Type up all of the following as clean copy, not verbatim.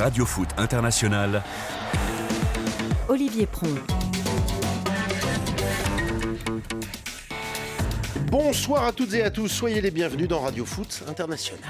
Radio Foot International. Olivier Pron. Bonsoir à toutes et à tous, soyez les bienvenus dans Radio Foot International.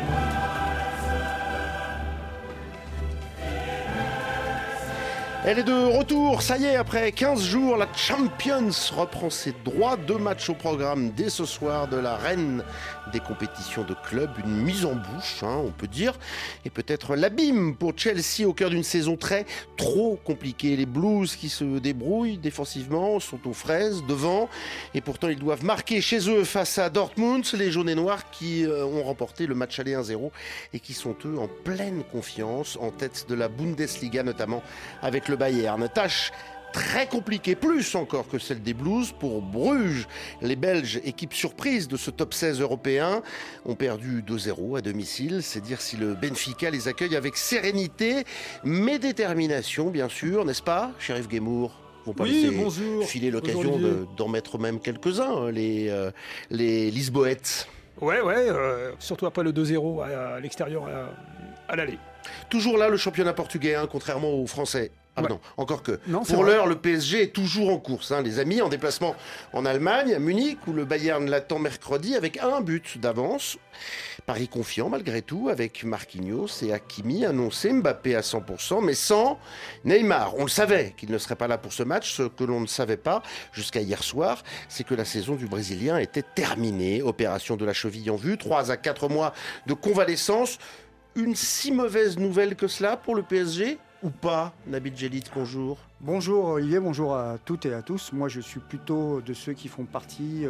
Elle est de retour, ça y est, après 15 jours, la Champions reprend ses droits. 2 matchs au programme dès ce soir de la reine des compétitions de club. Une mise en bouche, on peut dire, et peut-être l'abîme pour Chelsea au cœur d'une saison trop compliquée. Les Blues qui se débrouillent défensivement sont aux fraises devant, et pourtant ils doivent marquer chez eux face à Dortmund. Les jaunes et noirs qui ont remporté le match aller 1-0 et qui sont eux en pleine confiance, en tête de la Bundesliga notamment avec le Bayern. Tâche très compliquée, plus encore que celle des Blues pour Bruges. Les Belges, équipe surprise de ce top 16 européen, ont perdu 2-0 à domicile. C'est dire si le Benfica les accueille avec sérénité, mais détermination, bien sûr, n'est-ce pas, Sheriff Guémour? Vont pas laisser filer l'occasion d'en mettre même quelques-uns, les Lisboètes. Ouais, surtout après le 2-0 à l'extérieur à l'aller. Toujours là, le championnat portugais, contrairement aux Français. Ah ouais. Non, encore que. Non, pour l'heure, le PSG est toujours en course, les amis, en déplacement en Allemagne, à Munich, où le Bayern l'attend mercredi avec 1 but d'avance. Paris confiant malgré tout, avec Marquinhos et Hakimi annoncé, Mbappé à 100%, mais sans Neymar. On le savait qu'il ne serait pas là pour ce match. Ce que l'on ne savait pas jusqu'à hier soir, c'est que la saison du Brésilien était terminée. Opération de la cheville en vue, 3 à 4 mois de convalescence. Une si mauvaise nouvelle que cela pour le PSG ou pas, Nabil Djellit, bonjour. Bonjour Olivier, bonjour à toutes et à tous. Moi je suis plutôt de ceux qui font partie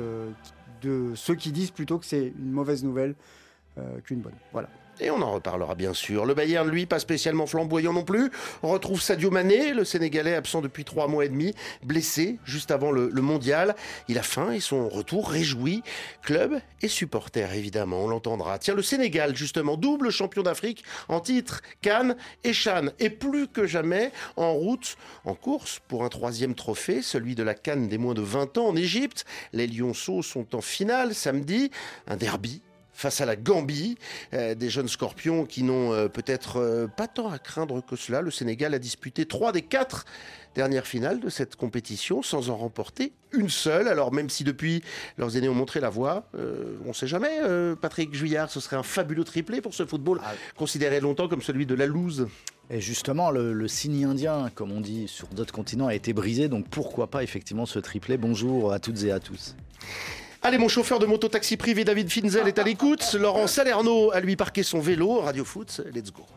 de ceux qui disent plutôt que c'est une mauvaise nouvelle qu'une bonne. Voilà. Et on en reparlera bien sûr. Le Bayern, lui, pas spécialement flamboyant non plus. On retrouve Sadio Mané, le Sénégalais absent depuis 3 mois et demi, blessé juste avant le mondial. Il a faim et son retour réjouit club et supporters, évidemment, on l'entendra. Tiens, le Sénégal, justement, double champion d'Afrique en titre, CAN et CHAN. Et plus que jamais, en route, en course pour un 3e trophée, celui de la CAN des moins de 20 ans en Égypte. Les Lionceaux sont en finale samedi, un derby face à la Gambie, des jeunes scorpions qui n'ont peut-être pas tant à craindre que cela. Le Sénégal a disputé 3 des 4 dernières finales de cette compétition sans en remporter une seule. Alors même si depuis leurs aînés ont montré la voie, on ne sait jamais, Patrick Juillard, ce serait un fabuleux triplé pour ce football considéré longtemps comme celui de la loose. Et justement, le signe indien, comme on dit sur d'autres continents, a été brisé, donc pourquoi pas effectivement ce triplé. Bonjour à toutes et à tous. Allez, mon chauffeur de moto-taxi privé David Finzel est à l'écoute. Laurent Salerno a lui parqué son vélo. Radio Foot, let's go.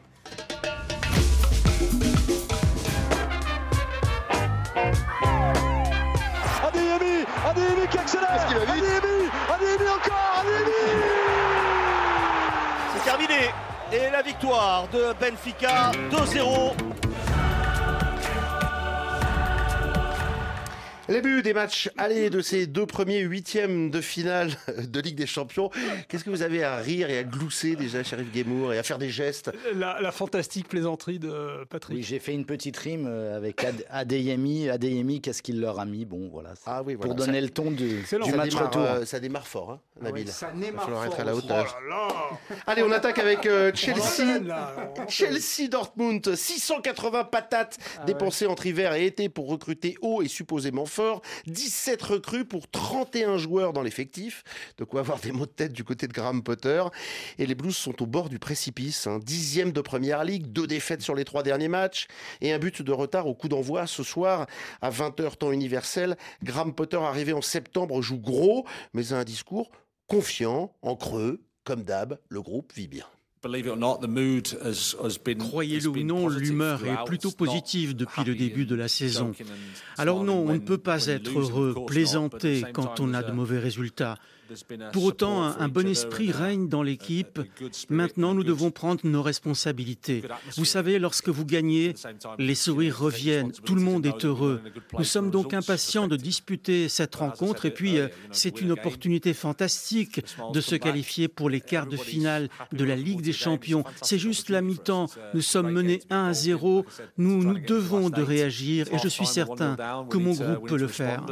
Adeyemi qui accélère. Adeyemi encore. C'est terminé. Et la victoire de Benfica 2-0. Les buts des matchs allés de ces 2 premiers 8e de finale de Ligue des Champions. Qu'est-ce que vous avez à rire et à glousser déjà, Sheriff Guémour, et à faire des gestes? La fantastique plaisanterie de Patrick. Oui, j'ai fait une petite rime avec Adeyemi, qu'est-ce qu'il leur a mis? Bon, voilà. Voilà. Pour donner le ton du match retour. Ça démarre fort, Nabil. Ça démarre fort. être à la hauteur. Oh là là. Allez, on attaque avec Chelsea-Dortmund. 680 patates dépensées entre hiver et été pour recruter haut et supposément fort. 17 recrues pour 31 joueurs dans l'effectif. De quoi avoir des maux de tête du côté de Graham Potter. Et les Blues sont au bord du précipice. 10e de Première Ligue, 2 défaites sur les 3 derniers matchs et un but de retard au coup d'envoi ce soir à 20h temps universel. Graham Potter, arrivé en septembre, joue gros, mais a un discours confiant, en creux. Comme d'hab, le groupe vit bien. Croyez-le ou non, l'humeur est plutôt positive depuis le début de la saison. Alors non, on ne peut pas être heureux, plaisanter quand on a de mauvais résultats. Pour autant, un bon esprit règne dans l'équipe. Maintenant, nous devons prendre nos responsabilités. Vous savez, lorsque vous gagnez, les sourires reviennent, tout le monde est heureux. Nous sommes donc impatients de disputer cette rencontre et puis c'est une opportunité fantastique de se qualifier pour les quarts de finale de la Ligue des Champions. C'est juste la mi-temps, nous sommes menés 1-0, nous devons de réagir et je suis certain que mon groupe peut le faire.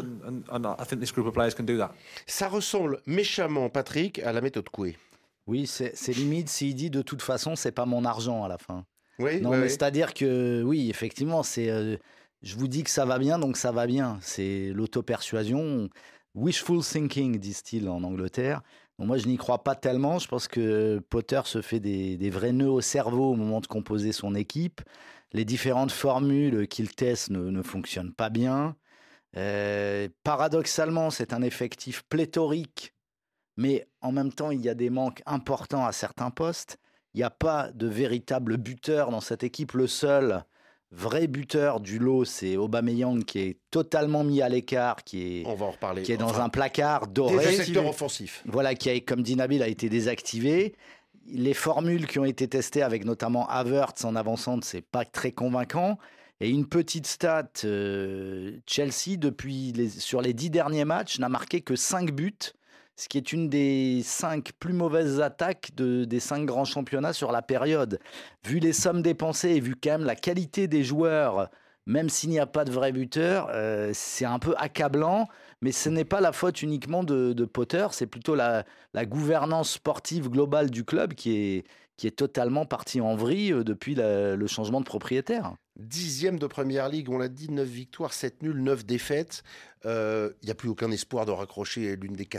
Ça ressemble méchamment, Patrick, à la méthode Coué. Oui, c'est limite s'il dit de toute façon, c'est pas mon argent à la fin. Oui, non, ouais, mais ouais. c'est-à-dire que, oui, effectivement, je vous dis que ça va bien, donc ça va bien. C'est l'auto-persuasion. Wishful thinking, disent-ils en Angleterre. Donc moi, je n'y crois pas tellement. Je pense que Potter se fait des vrais nœuds au cerveau au moment de composer son équipe. Les différentes formules qu'il teste ne fonctionnent pas bien. Paradoxalement, c'est un effectif pléthorique, mais en même temps, il y a des manques importants à certains postes. Il n'y a pas de véritable buteur dans cette équipe. Le seul vrai buteur du lot, c'est Aubameyang, qui est totalement mis à l'écart, qui On va en reparler. est dans un placard doré. Des secteurs offensifs. Voilà, comme dit Nabil, a été désactivé. Les formules qui ont été testées avec notamment Havertz en avançante, c'est pas très convaincant. Et une petite stat, Chelsea, sur les 10 derniers matchs, n'a marqué que 5 buts, ce qui est une des 5 plus mauvaises attaques des 5 grands championnats sur la période. Vu les sommes dépensées et vu quand même la qualité des joueurs, même s'il n'y a pas de vrai buteur, c'est un peu accablant. Mais ce n'est pas la faute uniquement de Potter, c'est plutôt la gouvernance sportive globale du club qui est totalement partie en vrille depuis le changement de propriétaire. 10e de Première Ligue, on l'a dit, 9 victoires, 7 nuls, 9 défaites. Il n'y a plus aucun espoir de raccrocher l'une des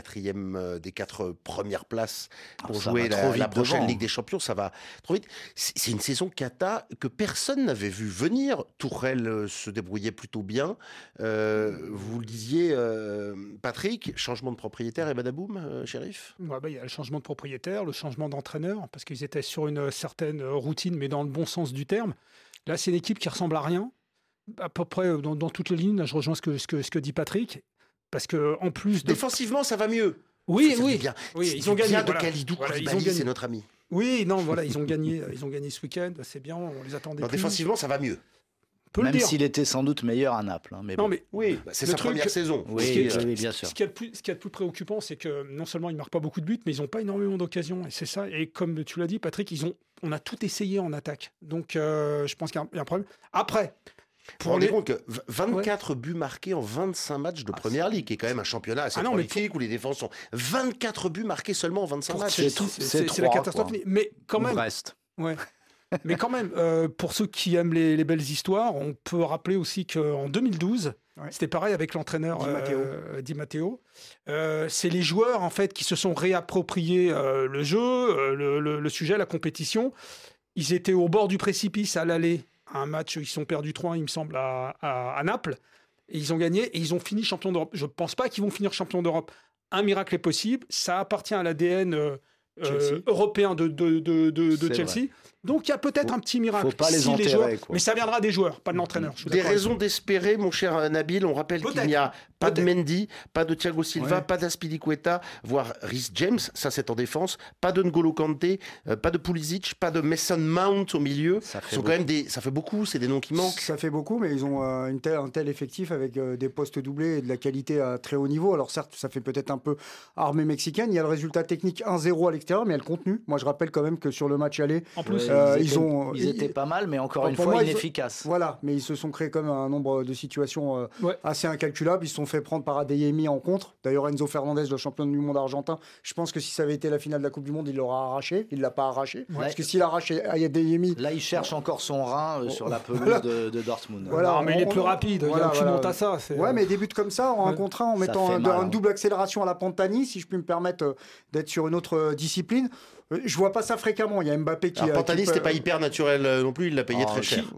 4 premières places pour jouer la prochaine Ligue des Champions. Ça va trop vite. C'est une saison cata que personne n'avait vu venir. Tourelle se débrouillait plutôt bien. Vous le disiez, Patrick, changement de propriétaire et badaboum, Shérif. Il y a le changement de propriétaire, le changement d'entraîneur, parce qu'ils étaient sur une certaine routine, mais dans le bon sens du terme. Là, c'est une équipe qui ressemble à rien. À peu près dans toutes les lignes, là, je rejoins ce que dit Patrick. Parce que en plus défensivement, ça va mieux. Oui, bien. Ils ont gagné. De Kalidou Koulibaly, c'est notre ami. Oui, non, voilà, ils ont gagné ce week-end. C'est bien, on les attendait. Défensivement, ça va mieux. Même s'il était sans doute meilleur à Naples. Hein, mais non, bon. mais oui, c'est sa première saison. Oui, bien sûr. Ce qu'il y a de plus préoccupant, c'est que non seulement ils ne marquent pas beaucoup de buts, mais ils n'ont pas énormément d'occasions. Et c'est ça. Et comme tu l'as dit, Patrick, on a tout essayé en attaque. Donc, je pense qu'il y a un problème. Après, vous vous rendez compte que 24 buts marqués en 25 matchs de Première Ligue, qui est quand même un championnat assez prolifique où les défenses sont 24 buts marqués seulement en 25 matchs. C'est la catastrophe. Mais quand même. Reste. Ouais. Mais quand même, pour ceux qui aiment les belles histoires, on peut rappeler aussi qu'en 2012, c'était pareil avec l'entraîneur Di Matteo. C'est les joueurs en fait qui se sont réappropriés le jeu, le sujet, la compétition. Ils étaient au bord du précipice à l'aller. Un match, ils sont perdus 3, il me semble, à Naples. Et ils ont gagné et ils ont fini champion d'Europe. Je ne pense pas qu'ils vont finir champion d'Europe. Un miracle est possible. Ça appartient à l'ADN européen de Chelsea. Vrai. Donc il y a peut-être un petit miracle. Faut pas les enterrer, mais ça viendra des joueurs, pas de l'entraîneur. Des raisons d'espérer, mon cher Nabil. On rappelle qu'il n'y a pas de Mendy, pas de Thiago Silva, pas d'Azpilicueta, voire Reece James, ça c'est en défense, pas de N'Golo Kanté, pas de Pulisic, pas de Mason Mount au milieu. Ça fait beaucoup, c'est des noms qui manquent. Ça fait beaucoup, mais ils ont un tel effectif avec des postes doublés et de la qualité à très haut niveau. Alors certes, ça fait peut-être un peu armée mexicaine. Il y a le résultat technique 1-0 à l'extérieur, mais il y a le contenu. Moi, je rappelle quand même que sur le match aller, en plus, ils étaient pas mal, mais encore une fois inefficaces. Voilà, mais ils se sont créés comme un nombre de situations assez incalculables. Ils se sont fait prendre par Adeyemi en contre. D'ailleurs, Enzo Fernandez, le champion du monde argentin, je pense que si ça avait été la finale de la Coupe du Monde, il l'aura arraché. Il l'a pas arraché. Parce que s'il arrache Adeyemi... Là, il cherche encore son rein sur la pelouse de Dortmund. Voilà, non, mais il est plus rapide. Il monte à ça. Ouais, mais des buts comme ça, en un contre un, en mettant une double accélération à la Pantani, si je puis me permettre d'être sur une autre discipline. Je vois pas ça fréquemment. Il y a Mbappé qui. Pantani, c'était pas hyper naturel non plus. Il l'a payé très cher.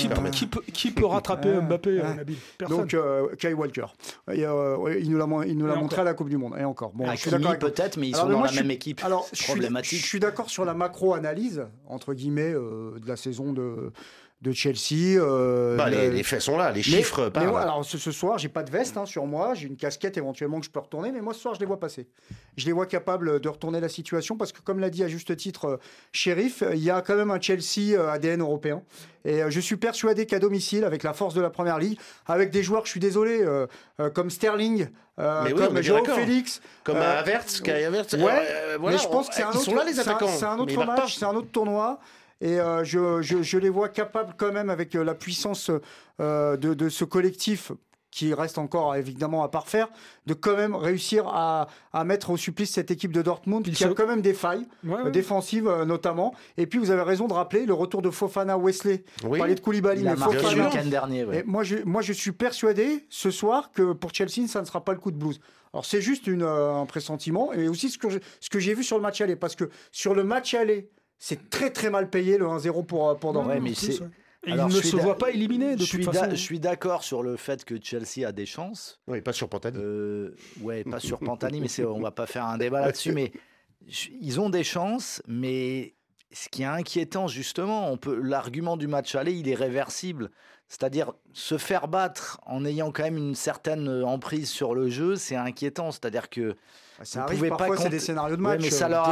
Qui peut rattraper Mbappé, Nabil? Personne. Donc Kyle Walker. Il nous l'a montré à la Coupe du Monde. Et encore. Bon, je suis d'accord. Peut-être, mais ils sont dans la même équipe. Alors, problématique. Je suis d'accord sur la macro-analyse entre guillemets de la saison de Chelsea. Les faits sont là, les chiffres parlent. Mais alors ce soir, j'ai pas de veste sur moi, j'ai une casquette éventuellement que je peux retourner, mais moi ce soir, je les vois passer. Je les vois capables de retourner la situation parce que, comme l'a dit à juste titre Shérif, il y a quand même un Chelsea ADN européen. Et je suis persuadé qu'à domicile, avec la force de la Première Ligue, avec des joueurs, je suis désolé, comme Sterling, comme Joao Félix, comme Havertz, Kai Havertz. Mais je pense que ils sont là les attaquants. C'est un autre match, c'est un autre tournoi. Et je les vois capables quand même, avec la puissance de ce collectif qui reste encore évidemment à parfaire, de quand même réussir à mettre au supplice cette équipe de Dortmund qui a quand même des failles défensives notamment. Et puis vous avez raison de rappeler le retour de Fofana, Wesley. Vous parlez de Koulibaly, mais Fofana. Le week-end dernier. Et moi, je suis persuadé ce soir que pour Chelsea, ça ne sera pas le coup de blues. Alors c'est juste un pressentiment et aussi ce que j'ai vu sur le match aller, parce que sur le match aller, c'est très très mal payé le 1-0 pour Dortmund. Ouais, mais c'est... Et il ne se voit pas éliminé de toute façon. Je suis d'accord sur le fait que Chelsea a des chances. Oui, pas sur Pantani. Pas sur Pantani, mais on va pas faire un débat là-dessus. Mais ils ont des chances, mais ce qui est inquiétant justement, l'argument du match aller, il est réversible. C'est-à-dire se faire battre en ayant quand même une certaine emprise sur le jeu, c'est inquiétant. C'est-à-dire que ça arrive parfois, c'est des scénarios de match. Mais ça leur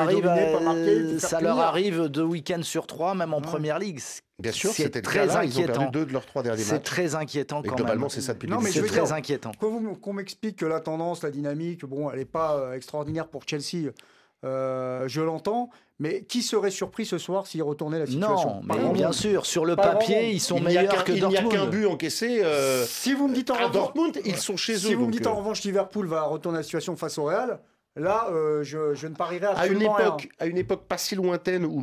arrive 2 week-ends sur 3, même en Première Ligue. Bien sûr, c'était très inquiétant. Ils ont perdu 2 de leurs 3 derniers matchs. C'est très inquiétant quand globalement, même. c'est ça depuis le début. C'est très inquiétant. Qu'on m'explique que la tendance, la dynamique, elle n'est pas extraordinaire pour Chelsea. Je l'entends, mais qui serait surpris ce soir s'il retournait la situation? Non, mais bien sûr, sur le papier, ils sont meilleurs que Dortmund. Il n'y a qu'un but encaissé si vous me dites à Dortmund, ils sont chez eux. Si vous me dites en revanche Liverpool va retourner la situation face au Real, là, je ne parierais absolument rien. À une époque pas si lointaine où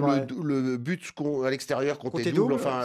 le but à l'extérieur comptait double. Enfin,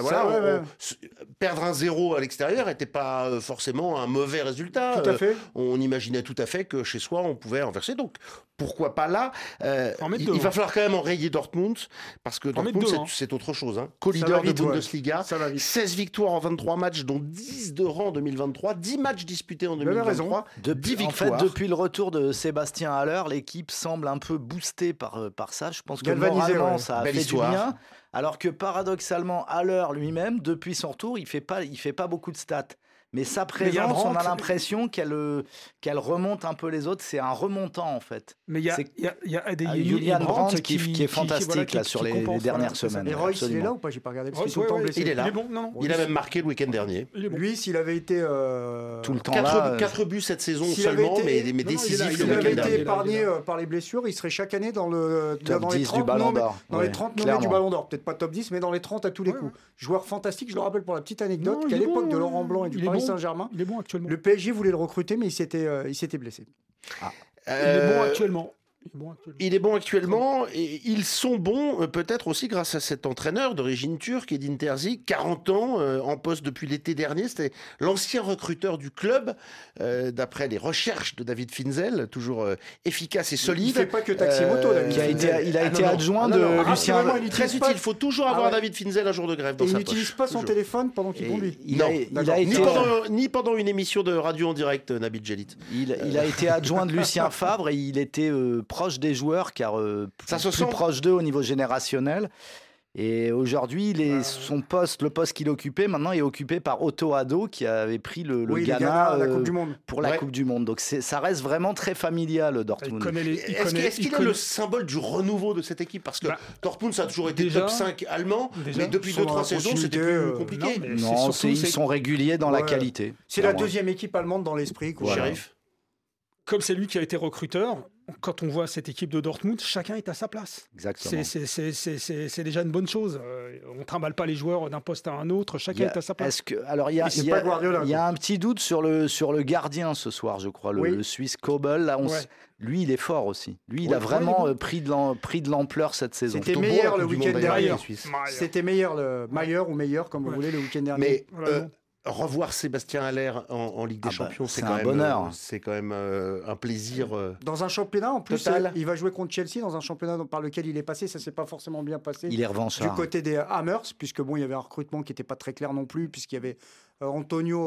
perdre 1-0 à l'extérieur n'était pas forcément un mauvais résultat. Tout à fait. On imaginait tout à fait que chez soi, on pouvait renverser. Donc, pourquoi pas là il va falloir quand même enrayer Dortmund, parce que Dortmund, c'est autre chose. Co-leader de Bundesliga, 16 victoires en 23 matchs, dont 10 de rang en 2023, 10 matchs disputés en 2023, 10 victoires. En fait, depuis le retour de Sébastien Haller, l'équipe semble un peu boostée par ça. Je pense que moralement, ça a fait du bien. Alors que paradoxalement, Haller lui-même, depuis son retour, il fait pas beaucoup de stats. Mais sa présence, on a l'impression qu'elle remonte un peu les autres. C'est un remontant, en fait. Mais il y a Julian Brandt qui est fantastique sur les dernières semaines. Et Royce, il est là ou pas? J'ai pas regardé parce qu'il est tout le temps blessé. Il est là. Il a même marqué le week-end dernier. Lui, s'il avait été tout le temps là, 4 buts cette saison seulement, mais décisifs. S'il avait été épargné par les blessures, il serait chaque année dans les 30 du Ballon d'Or. Dans les 30 nommés du Ballon d'Or. Peut-être pas top 10, mais dans les 30 à tous les coups. Joueur fantastique. Je le rappelle pour la petite anecdote qu'à l'époque de Laurent Blanc et du Paris Saint-Germain, il est bon actuellement. Le PSG voulait le recruter, mais il s'était blessé. Il est bon actuellement. Il est bon actuellement et ils sont bons peut-être aussi grâce à cet entraîneur d'origine turque, Edin Terzic, 40 ans, en poste depuis l'été dernier. C'était l'ancien recruteur du club, d'après les recherches de David Finzel, toujours efficace et solide. Il ne fait pas que taxi-moto, David Finzel. Il a été adjoint de Lucien. Très utile, il faut toujours avoir David Finzel un jour de grève dans sa poche. Il n'utilise pas son téléphone pendant qu'il conduit. Ni pendant une émission de radio en direct, Nabil Djellit. Il a été adjoint de Lucien Favre et il était proche des joueurs, car plus proche d'eux au niveau générationnel. Et aujourd'hui, le poste qu'il occupait maintenant est occupé par Otto Addo, qui avait pris le Ghana la Coupe du Monde. Pour la Coupe du Monde. Donc ça reste vraiment très familial, Dortmund. Est-ce qu'il est le symbole du renouveau de cette équipe? Parce que Dortmund, ça a toujours été top 5 allemand, mais depuis 2-3 saisons, c'était plus compliqué. Non, ils sont réguliers dans la qualité. C'est la deuxième équipe allemande dans l'esprit. Sheriff. Comme c'est lui qui a été recruteur, quand on voit cette équipe de Dortmund, chacun est à sa place. Exactement. C'est déjà une bonne chose. On ne trimballe pas les joueurs d'un poste à un autre, chacun est à sa place. Il y a un petit doute sur le gardien ce soir, je crois, le Suisse Kobel. Là, lui, il est fort aussi. Lui, il a vraiment pris de l'ampleur cette saison. C'était meilleur le week-end dernier. C'était meilleur, meilleur ou meilleur, comme vous voulez, le week-end dernier. Mais revoir Sébastien Haller en Ligue des Champions, c'est quand même un bonheur. C'est quand même un plaisir. Dans un championnat, en plus, total. Il va jouer contre Chelsea dans un championnat par lequel il est passé. Ça s'est pas forcément bien passé. Il est revanchard. Du côté des Hammers, puisque il y avait un recrutement qui n'était pas très clair non plus, puisqu'il y avait Antonio,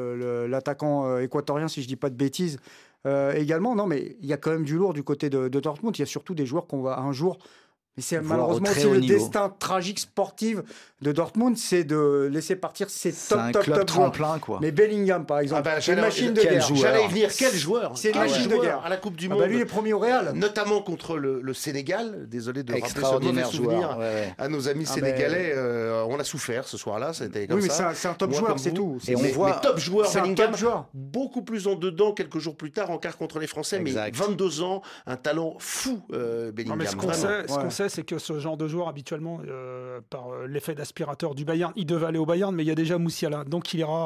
l'attaquant équatorien, si je dis pas de bêtises. Également, non, mais il y a quand même du lourd du côté de Dortmund. Il y a surtout des joueurs qu'on va un jour. Mais c'est malheureusement aussi le destin tragique sportif de Dortmund, c'est de laisser partir ses top tremplin, quoi. Mais Bellingham, par exemple, c'est une machine de guerre. J'allais y venir. Quel joueur? C'est une machine de guerre à la Coupe du Monde. Lui, il est premier au Real, notamment contre le Sénégal. Désolé de rappeler ce mauvais souvenir à nos amis sénégalais. On a souffert ce soir-là. C'était comme ça. Oui, mais c'est un top joueur, c'est tout. Et on voit top joueur Bellingham, beaucoup plus en dedans quelques jours plus tard en quart contre les Français. Mais 22 ans, un talent fou, Bellingham. Ce qu'on sait, c'est que ce genre de joueur, habituellement, par l'effet d'aspirateur du Bayern, il devait aller au Bayern, mais il y a déjà Moussiala. Donc il ira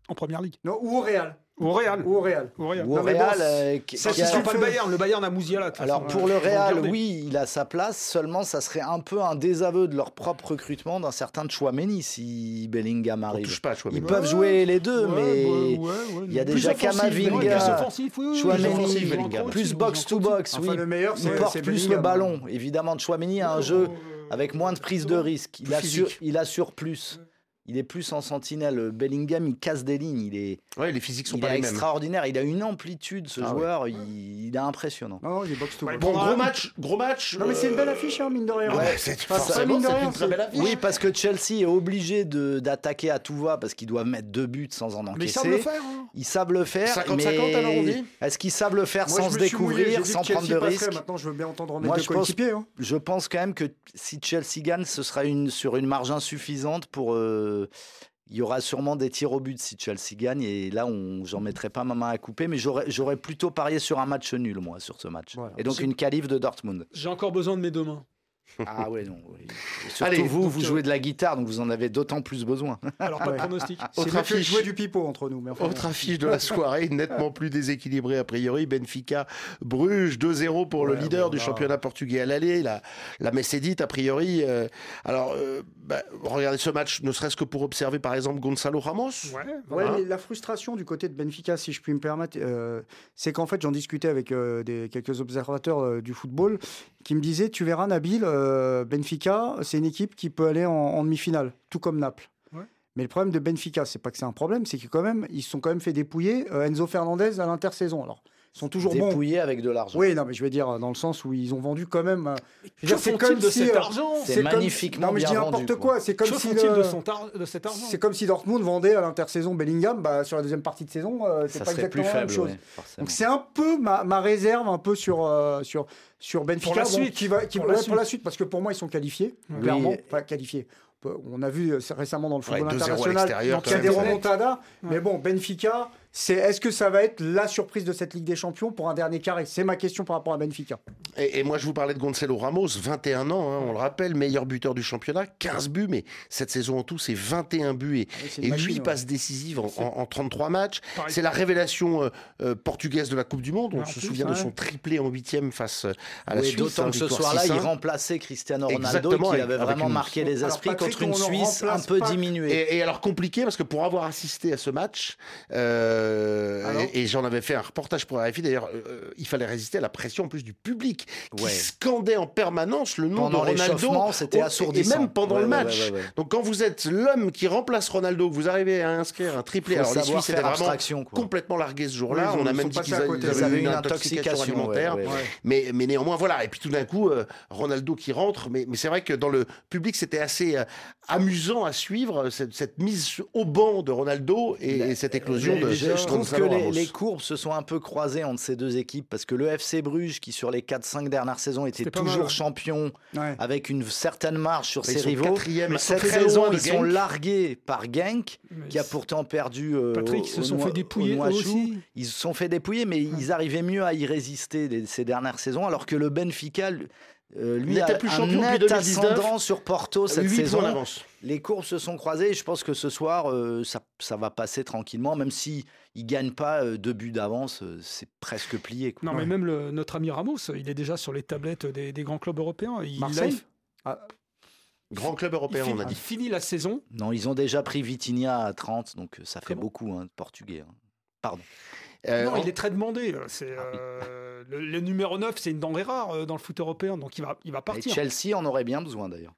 en première ligue. Non, ou au Real. Ou au Real. Ou au Real. Ou au Real. Ça, ce ne pas le Bayern. Le Bayern a Mousiala. Alors pour le Real, oui, il a sa place. Seulement, ça serait un peu un désaveu de leur propre recrutement d'un certain Tchouaméni si Bellingham arrive. On touche pas à Tchouaméni. Ils peuvent jouer les deux, mais il y a déjà Kamavinga, Tchouaméni, plus box-to-box. Enfin, le meilleur, il porte plus le ballon. Évidemment, Tchouaméni a un jeu avec moins de prise de risque. Il assure plus. Il est plus en sentinelle. Bellingham, il casse des lignes. Les physiques sont pas les mêmes. Il est extraordinaire. Il a une amplitude, ce joueur. Ouais. Il est impressionnant. Non, il est box to box. Bon, gros match. Non, mais c'est une belle affiche, mine de rien. Ouais, c'est une très belle affiche. Oui, parce que Chelsea est obligé d'attaquer à tout va parce qu'ils doivent mettre 2 buts sans en encaisser. Mais ils savent le faire. Hein. Ils savent le faire. 50-50, alors on dit. Est-ce qu'ils savent le faire sans se découvrir, sans prendre de risques? Maintenant, je veux bien entendre mes deux coéquipiers. Je pense quand même que si Chelsea gagne, ce sera sur une marge insuffisante pour. Il y aura sûrement des tirs au but si Chelsea gagne et là j'en mettrai pas ma main à couper, mais j'aurais plutôt parié sur un match nul moi sur ce match. Voilà. Et donc une qualif de Dortmund. J'ai encore besoin de mes 2 mains. Ah ouais, non. Oui. Surtout vous jouez de la guitare, donc vous en avez d'autant plus besoin. Alors pas de pronostic. C'est mieux que jouer du pipeau entre nous. Mais enfin, autre affiche de la soirée, nettement plus déséquilibrée a priori. Benfica Bruges 2-0 pour le leader du championnat portugais à l'aller. La Messedite a priori. Regardez ce match, ne serait-ce que pour observer par exemple Gonzalo Ramos. Mais la frustration du côté de Benfica, si je puis me permettre, c'est qu'en fait j'en discutais avec quelques observateurs du football qui me disaient, tu verras Nabil, Benfica, c'est une équipe qui peut aller en demi-finale, tout comme Naples. Ouais. Mais le problème de Benfica, c'est pas que c'est un problème, c'est qu'ils se sont quand même fait dépouiller Enzo Fernandez à l'intersaison. Alors, ils sont toujours dépouillés avec de l'argent. Oui, non, mais je veux dire dans le sens où ils ont vendu quand même. C'est comme de cet argent. C'est magnifiquement bien vendu. Non, mais je dis n'importe quoi. C'est comme si de cet argent. C'est comme si Dortmund vendait à l'intersaison Bellingham. Sur la deuxième partie de saison, c'est pas exactement la même chose. Donc c'est un peu ma réserve un peu sur Benfica. Pour la suite, parce que pour moi ils sont qualifiés, clairement, pas qualifiés. On a vu récemment dans le football international qu'il y a des remontadas. Mais bon, Benfica, est-ce que ça va être la surprise de cette Ligue des Champions pour un dernier carré? C'est ma question par rapport à Benfica. Et moi, je vous parlais de Gonzalo Ramos, 21 ans, on le rappelle, meilleur buteur du championnat, 15 buts, mais cette saison en tout, c'est 21 buts et 8 passes décisives en 33 matchs. Pareil. C'est la révélation portugaise de la Coupe du Monde. On se souvient de son triplé en 8e face à la Suisse. D'autant que ce soir-là, il remplaçait Cristiano Ronaldo, qui avait vraiment marqué les esprits contre une Suisse un peu diminuée. Et alors compliqué, parce que pour avoir assisté à ce match, et j'en avais fait un reportage pour RFI, d'ailleurs, il fallait résister à la pression en plus du public qui scandait en permanence le nom pendant de Ronaldo. C'était assourdissant. Et même pendant le match. Donc quand vous êtes l'homme qui remplace Ronaldo, que vous arrivez à inscrire un triplé, alors les Suisses étaient vraiment complètement largués ce jour-là. On a même dit qu'ils avaient une intoxication alimentaire. Mais néanmoins, voilà. Et puis tout d'un coup, Ronaldo qui rentre. Mais c'est vrai que dans le public, c'était assez amusant à suivre cette mise au banc de Ronaldo et cette éclosion de je trouve que les courbes se sont un peu croisées entre ces deux équipes parce que le FC Bruges qui sur les 4-5 dernières saisons était toujours champion avec une certaine marge sur ses rivaux, cette saison ils sont largués par Genk qui a pourtant perdu Patrick, ils se sont fait dépouiller aussi. Ils se sont fait dépouiller mais ils arrivaient mieux à y résister ces dernières saisons alors que le Benfica lui a plus un net ascendant sur Porto cette saison. Les courbes se sont croisées et je pense que ce soir, ça va passer tranquillement, même s'ils ne gagnent pas 2 buts d'avance, c'est presque plié. Quoi. Non, mais même notre ami Ramos, il est déjà sur les tablettes des grands clubs européens. Marseille Grand club européen, on a dit. Il finit la saison. Non, ils ont déjà pris Vitinha à 30, donc ça fait beaucoup, portugais. Pardon. Non, il est très demandé. Le numéro 9, c'est une denrée rare dans le foot européen, donc il va partir. Et Chelsea en aurait bien besoin d'ailleurs.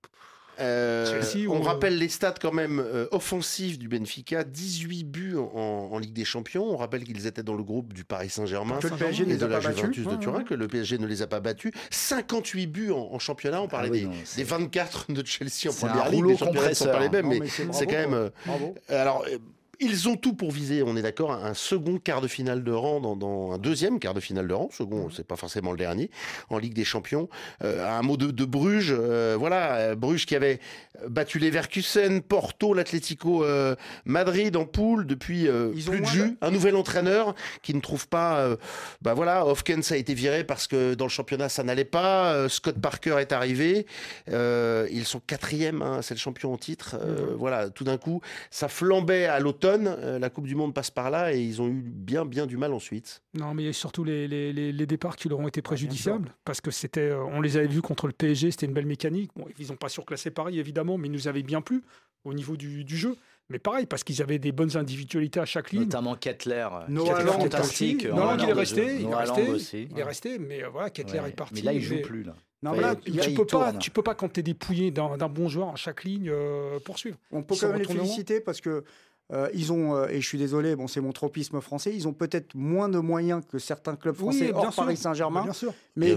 On rappelle les stats quand même offensifs du Benfica, 18 buts en Ligue des Champions. On rappelle qu'ils étaient dans le groupe du Paris Saint-Germain et de la Juventus de Turin, que le PSG ne les a pas battus. 58 buts en championnat. On parlait des 24 de Chelsea en première ligue. Les championnats ne sont pas les mêmes, mais c'est quand même... Alors... Ils ont tout pour viser, on est d'accord, un second quart de finale de rang, dans un deuxième quart de finale de rang, second, c'est pas forcément le dernier, en Ligue des Champions. Un mot de Bruges, Bruges qui avait battu Leverkusen, Porto, l'Atlético Madrid en poule, depuis plus de jus. Un nouvel entraîneur qui ne trouve pas... Hofkens a été viré parce que dans le championnat ça n'allait pas, Scott Parker est arrivé, ils sont 4e, c'est le champion en titre, tout d'un coup, ça flambait à l'automne. jeune, la Coupe du Monde passe par là et ils ont eu bien du mal ensuite. Non, mais il y a surtout les départs qui leur ont été préjudiciables parce que on les avait vus contre le PSG, c'était une belle mécanique. Bon, ils n'ont pas surclassé Paris évidemment, mais ils nous avaient bien plu au niveau du jeu. Mais pareil, parce qu'ils avaient des bonnes individualités à chaque ligne. Notamment Kettler. Noah Lang fantastique. Noah Lang, il est Il resté, mais voilà, Kettler est parti. Mais là, il joue plus. Là. Non, là, tu peux pas quand t'es dépouillé d'un bon joueur à chaque ligne poursuivre. On peut quand même les féliciter parce que ils ont, et je suis désolé, bon, c'est mon tropisme français, ils ont peut-être moins de moyens que certains clubs français hors Paris Saint-Germain. Bien sûr. Mais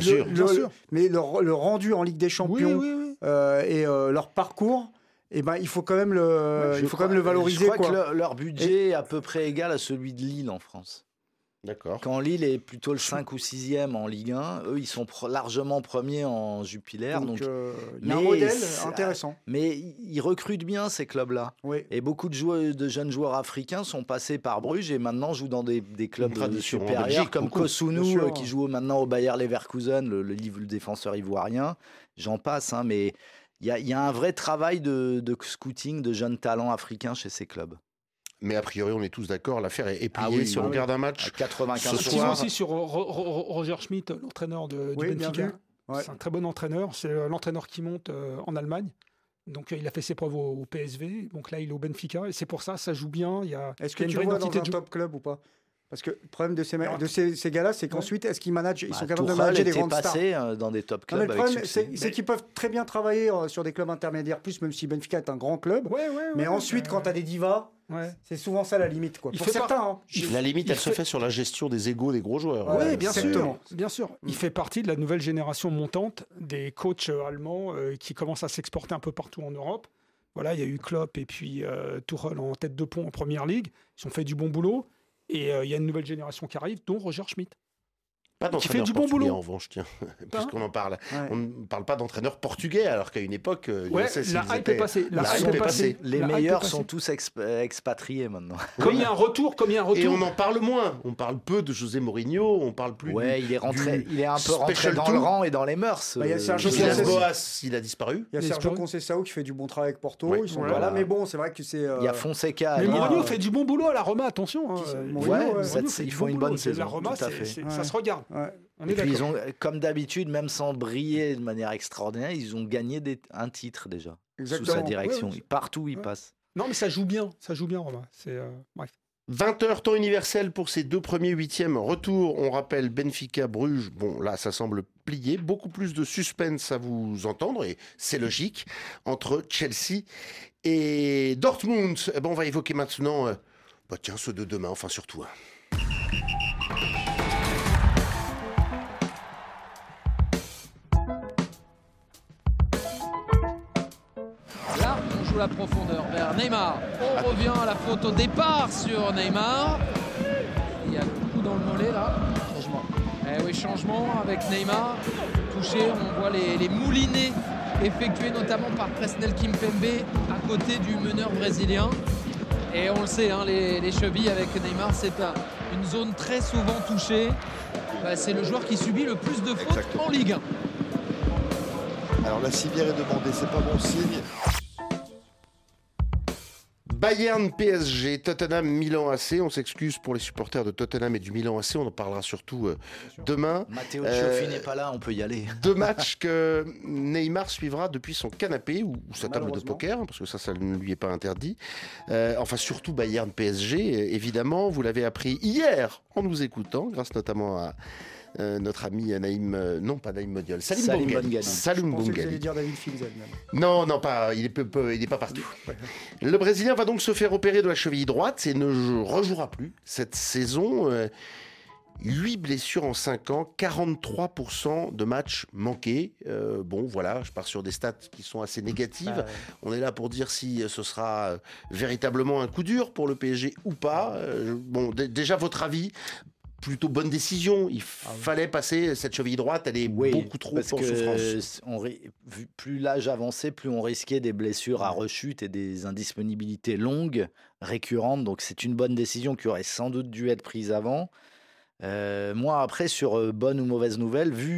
le rendu en Ligue des Champions et leur parcours. Eh ben, il faut quand même le valoriser. Je crois que leur budget est à peu près égal à celui de Lille en France. D'accord. Quand Lille est plutôt le 5 ou 6e en Ligue 1, eux, ils sont largement premiers en Jupiler. Donc, il y a un modèle intéressant. Mais ils recrutent bien, ces clubs-là. Oui. Et beaucoup de jeunes joueurs africains sont passés par Bruges et maintenant jouent dans des clubs supérieurs, comme Kosunu, qui joue maintenant au Bayer Leverkusen, le défenseur ivoirien. J'en passe, hein, mais... Il y a un vrai travail de scouting de jeunes talents africains chez ces clubs. Mais a priori, on est tous d'accord, l'affaire est pliée. Si on regarde un match, à 95 ce soir aussi sur Roger Schmidt, l'entraîneur du Benfica. C'est un très bon entraîneur. C'est l'entraîneur qui monte en Allemagne. Donc il a fait ses preuves au PSV. Donc là, il est au Benfica. Et c'est pour ça joue bien. Est-ce que tu vois dans un top club ou pas ? Parce que le problème de ces gars-là, c'est qu'ensuite, est-ce qu'ils managent, ils sont capables de manager des grandes stars. Passé dans des top clubs. Le problème, c'est qu'ils peuvent très bien travailler sur des clubs intermédiaires, même si Benfica est un grand club. Mais ensuite, quand tu as des divas, c'est souvent ça la limite. Pour certains. La limite, elle se fait sur la gestion des égos des gros joueurs. Oui, bien sûr. Il fait partie de la nouvelle génération montante des coachs allemands qui commencent à s'exporter un peu partout en Europe. Voilà, il y a eu Klopp et puis Tuchel en tête de pont en Première Ligue. Ils ont fait du bon boulot. Et il y a une nouvelle génération qui arrive, dont Roger Schmidt. Qui fait du bon boulot. En revanche, tiens, puisqu'on en parle. On ne parle pas d'entraîneur portugais, alors qu'à une époque, la hype est passée. Les meilleurs sont tous expatriés maintenant. Comme il y a un retour. Et on en parle moins. On parle peu de José Mourinho, on parle plus. Il est un peu rentré dans le rang et dans les mœurs. Il y a Sergio Boas, il a disparu. Il y a Sergio Conceição qui fait du bon travail avec Porto. Ils sont là, mais bon, c'est vrai que c'est. Il y a Fonseca. Mais Mourinho fait du bon boulot à la Roma, attention. Ils font une bonne saison. La Roma, ça se regarde. Et puis ils ont, comme d'habitude, même sans briller de manière extraordinaire, ils ont gagné un titre déjà sous sa direction. Partout où ils passent. Non, mais ça joue bien, Roma. Bref. 20h temps universel pour ces 2 premiers 8e retours. On rappelle Benfica Bruges. Bon, là, ça semble plié. Beaucoup plus de suspense à vous entendre, et c'est logique, entre Chelsea et Dortmund. On va évoquer maintenant ceux de demain, enfin surtout. La profondeur vers Neymar. On revient à la faute au départ sur Neymar. Il y a le coup dans le mollet là. Changement. Changement avec Neymar. Touché, on voit les moulinets effectués notamment par Presnel Kimpembe à côté du meneur brésilien. Et on le sait, les chevilles avec Neymar, c'est une zone très souvent touchée. C'est le joueur qui subit le plus de fautes en Ligue 1. Alors la civière est demandée, c'est pas bon signe. Bayern PSG, Tottenham, Milan AC. On s'excuse pour les supporters de Tottenham et du Milan AC. On en parlera surtout demain. Matteo Cioffi n'est pas là, on peut y aller. 2 matchs que Neymar suivra depuis son canapé ou sa table de poker, parce que ça ne lui est pas interdit. Surtout Bayern PSG, évidemment. Vous l'avez appris hier en nous écoutant, grâce notamment à notre ami Naïm, non pas Naïm Modiol, Salim Bongali. Je pensais que vous alliez dire David Filzel même. Non, pas, il n'est pas partout. Le Brésilien va donc se faire opérer de la cheville droite et ne rejouera plus cette saison. 8 blessures en 5 ans, 43% de matchs manqués. Je pars sur des stats qui sont assez négatives. On est là pour dire si ce sera véritablement un coup dur pour le PSG ou pas. Déjà, votre avis ? Plutôt bonne décision. Il fallait passer cette cheville droite. Elle est beaucoup trop en souffrance. Plus l'âge avançait, plus on risquait des blessures à rechute et des indisponibilités longues, récurrentes. Donc c'est une bonne décision qui aurait sans doute dû être prise avant. Moi, après, sur bonne ou mauvaise nouvelle, vu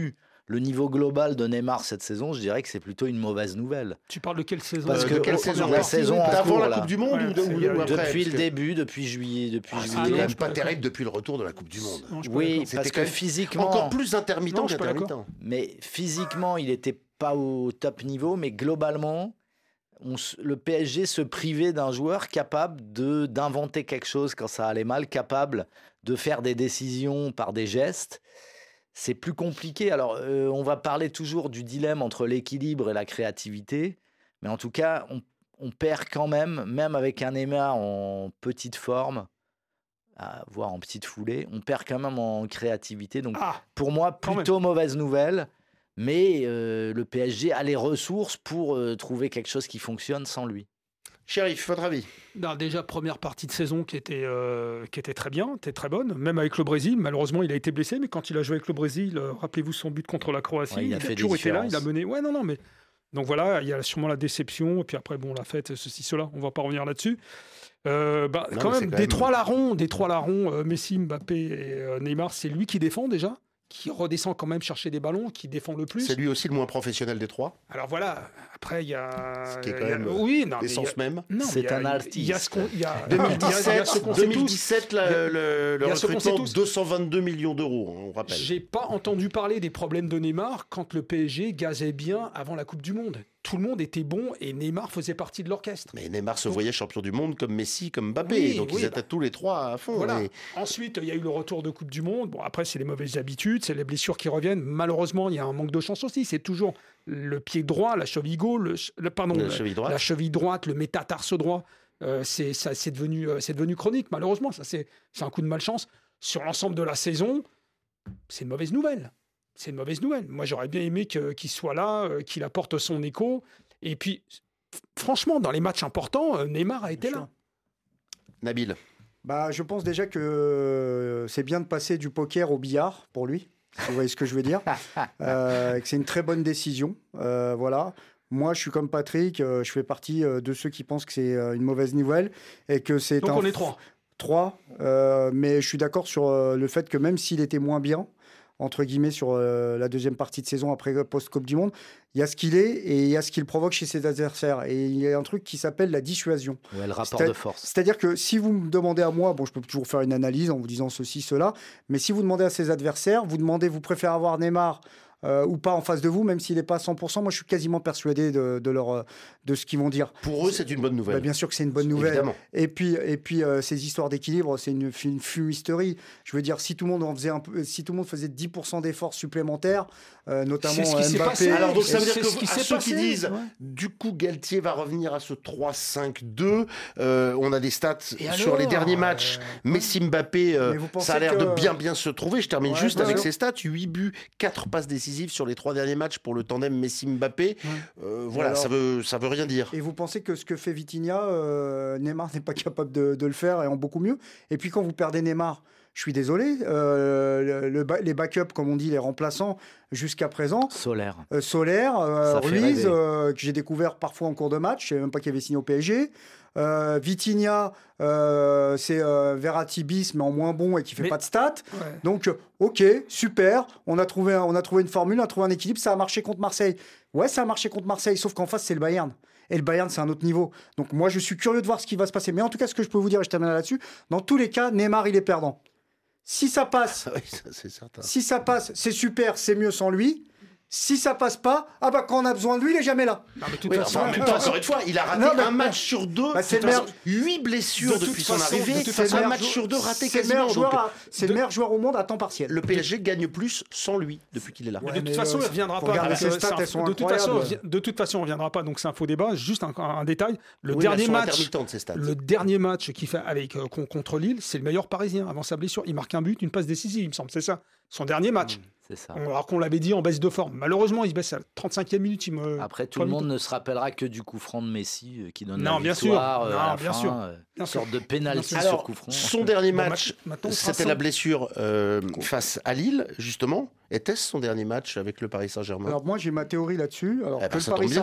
le niveau global de Neymar cette saison, je dirais que c'est plutôt une mauvaise nouvelle. Tu parles de quelle saison? Parce que quelle saison? La saison avant la Coupe du Monde ou après? Depuis le début, depuis juillet. C'est même pas terrible depuis le retour de la Coupe du Monde. Oui, parce que physiquement... Encore plus intermittent qu'intermittent. Mais physiquement, il n'était pas au top niveau, mais globalement, le PSG se privait d'un joueur capable d'inventer quelque chose quand ça allait mal, capable de faire des décisions par des gestes. C'est plus compliqué. Alors, on va parler toujours du dilemme entre l'équilibre et la créativité, mais en tout cas, on perd quand même avec un Neymar en petite forme, voire en petite foulée, on perd quand même en créativité. Donc, pour moi, plutôt mauvaise nouvelle, mais le PSG a les ressources pour trouver quelque chose qui fonctionne sans lui. Chérif, votre avis? Déjà, première partie de saison qui était très bien, était très bonne, même avec le Brésil. Malheureusement, il a été blessé, mais quand il a joué avec le Brésil, rappelez-vous son but contre la Croatie, il a toujours été là, il a mené. Ouais, non, mais donc voilà, il y a sûrement la déception, et puis après, la fête, ceci, cela, on va pas revenir là-dessus. Quand même, des trois larrons, Messi, Mbappé et Neymar, c'est lui qui défend déjà, qui redescend quand même chercher des ballons, qui défend le plus. C'est lui aussi le moins professionnel des trois. Alors voilà, après il y a... Ce qui est quand même l'essence même. C'est un artiste. Il y a ce qu'on... 2017, le recrutement, 222 millions d'euros, on rappelle. J'ai pas entendu parler des problèmes de Neymar quand le PSG gazait bien avant la Coupe du Monde. Tout le monde était bon et Neymar faisait partie de l'orchestre. Mais Neymar se voyait champion du monde comme Messi, comme Mbappé. Ils étaient tous les trois à fond. Voilà. Ensuite, il y a eu le retour de Coupe du Monde. Bon, après, c'est les mauvaises habitudes, c'est les blessures qui reviennent. Malheureusement, il y a un manque de chance aussi. C'est toujours le pied droit, la cheville gauche, la cheville droite, le métatarse droit. C'est devenu chronique, malheureusement. Ça, c'est un coup de malchance. Sur l'ensemble de la saison, c'est une mauvaise nouvelle. C'est une mauvaise nouvelle. Moi, j'aurais bien aimé qu'il soit là, qu'il apporte son écho. Et puis, franchement, dans les matchs importants, Neymar a été là. Nabil? Je pense déjà que c'est bien de passer du poker au billard pour lui. Vous voyez ce que je veux dire? Que c'est une très bonne décision. Voilà. Moi, je suis comme Patrick. Je fais partie de ceux qui pensent que c'est une mauvaise nouvelle. Et que c'est donc, on est trois. Mais je suis d'accord sur le fait que même s'il était moins bien, entre guillemets, sur la deuxième partie de saison après post-Coupe du Monde, il y a ce qu'il est et il y a ce qu'il provoque chez ses adversaires. Et il y a un truc qui s'appelle la dissuasion. Ouais, le rapport de force. C'est-à-dire que si vous me demandez à moi, je peux toujours faire une analyse en vous disant ceci, cela, mais si vous demandez à ses adversaires, vous préférez avoir Neymar ou pas en face de vous, même s'il n'est pas à 100%, moi je suis quasiment persuadé de ce qu'ils vont dire. Pour eux, c'est une bonne nouvelle. Bien sûr que c'est une bonne nouvelle. Évidemment. Et puis ces histoires d'équilibre, c'est une fumisterie. Je veux dire, si tout le monde faisait 10% d'efforts supplémentaires, notamment Mbappé. Alors donc ça veut dire que ceux qui disent, du coup Galtier va revenir à ce 3-5-2, on a des stats sur les derniers matchs. Messi, Mbappé, ça a l'air de bien se trouver. Je termine juste avec ces stats. 8 buts, 4 passes décisives sur les 3 derniers matchs pour le tandem Messi-Mbappé. Voilà, alors, ça veut rien dire. Et vous pensez que ce que fait Vitinha, Neymar n'est pas capable de le faire et en beaucoup mieux. Et puis quand vous perdez Neymar, je suis désolé, les backups, comme on dit, les remplaçants, jusqu'à présent... Solaire, Ruiz, que j'ai découvert parfois en cours de match, je ne savais même pas qu'il avait signé au PSG. Vitinha, c'est Verratti bis, mais en moins bon et qui fait pas de stats. Ouais. Donc, ok, super. On a trouvé une formule, on a trouvé un équilibre. Ça a marché contre Marseille. Ouais, ça a marché contre Marseille, sauf qu'en face, c'est le Bayern. Et le Bayern, c'est un autre niveau. Donc, moi, je suis curieux de voir ce qui va se passer. Mais en tout cas, ce que je peux vous dire, et je termine là-dessus, dans tous les cas, Neymar, il est perdant. Si ça passe, c'est certain. Si ça passe, c'est super, c'est mieux sans lui. Si ça passe pas, quand on a besoin de lui, il est jamais là. Non, mais encore une fois, il a raté un match sur 2. 8 blessures depuis son arrivée. Un match sur 2 raté quasiment. C'est le meilleur joueur au monde à temps partiel. Le PSG gagne plus sans lui depuis qu'il est là. De toute façon, il ne reviendra pas. De toute façon, il ne reviendra pas. Donc c'est un faux débat. Juste un détail. Le dernier match qu'il fait contre Lille, c'est le meilleur Parisien avant sa blessure. Il marque un but, une passe décisive, il me semble. C'est ça. Son dernier match. C'est ça. Alors qu'on l'avait dit en baisse de forme. Malheureusement, il se baisse à la 35e minute. Après, tout le monde ne se rappellera que du coup franc de Messi qui donne la victoire bien sûr. Une sorte de pénalty sur coup franc. Son dernier match, c'était la blessure face à Lille, justement. Était-ce son dernier match avec le Paris Saint-Germain? Alors moi, j'ai ma théorie là-dessus. Que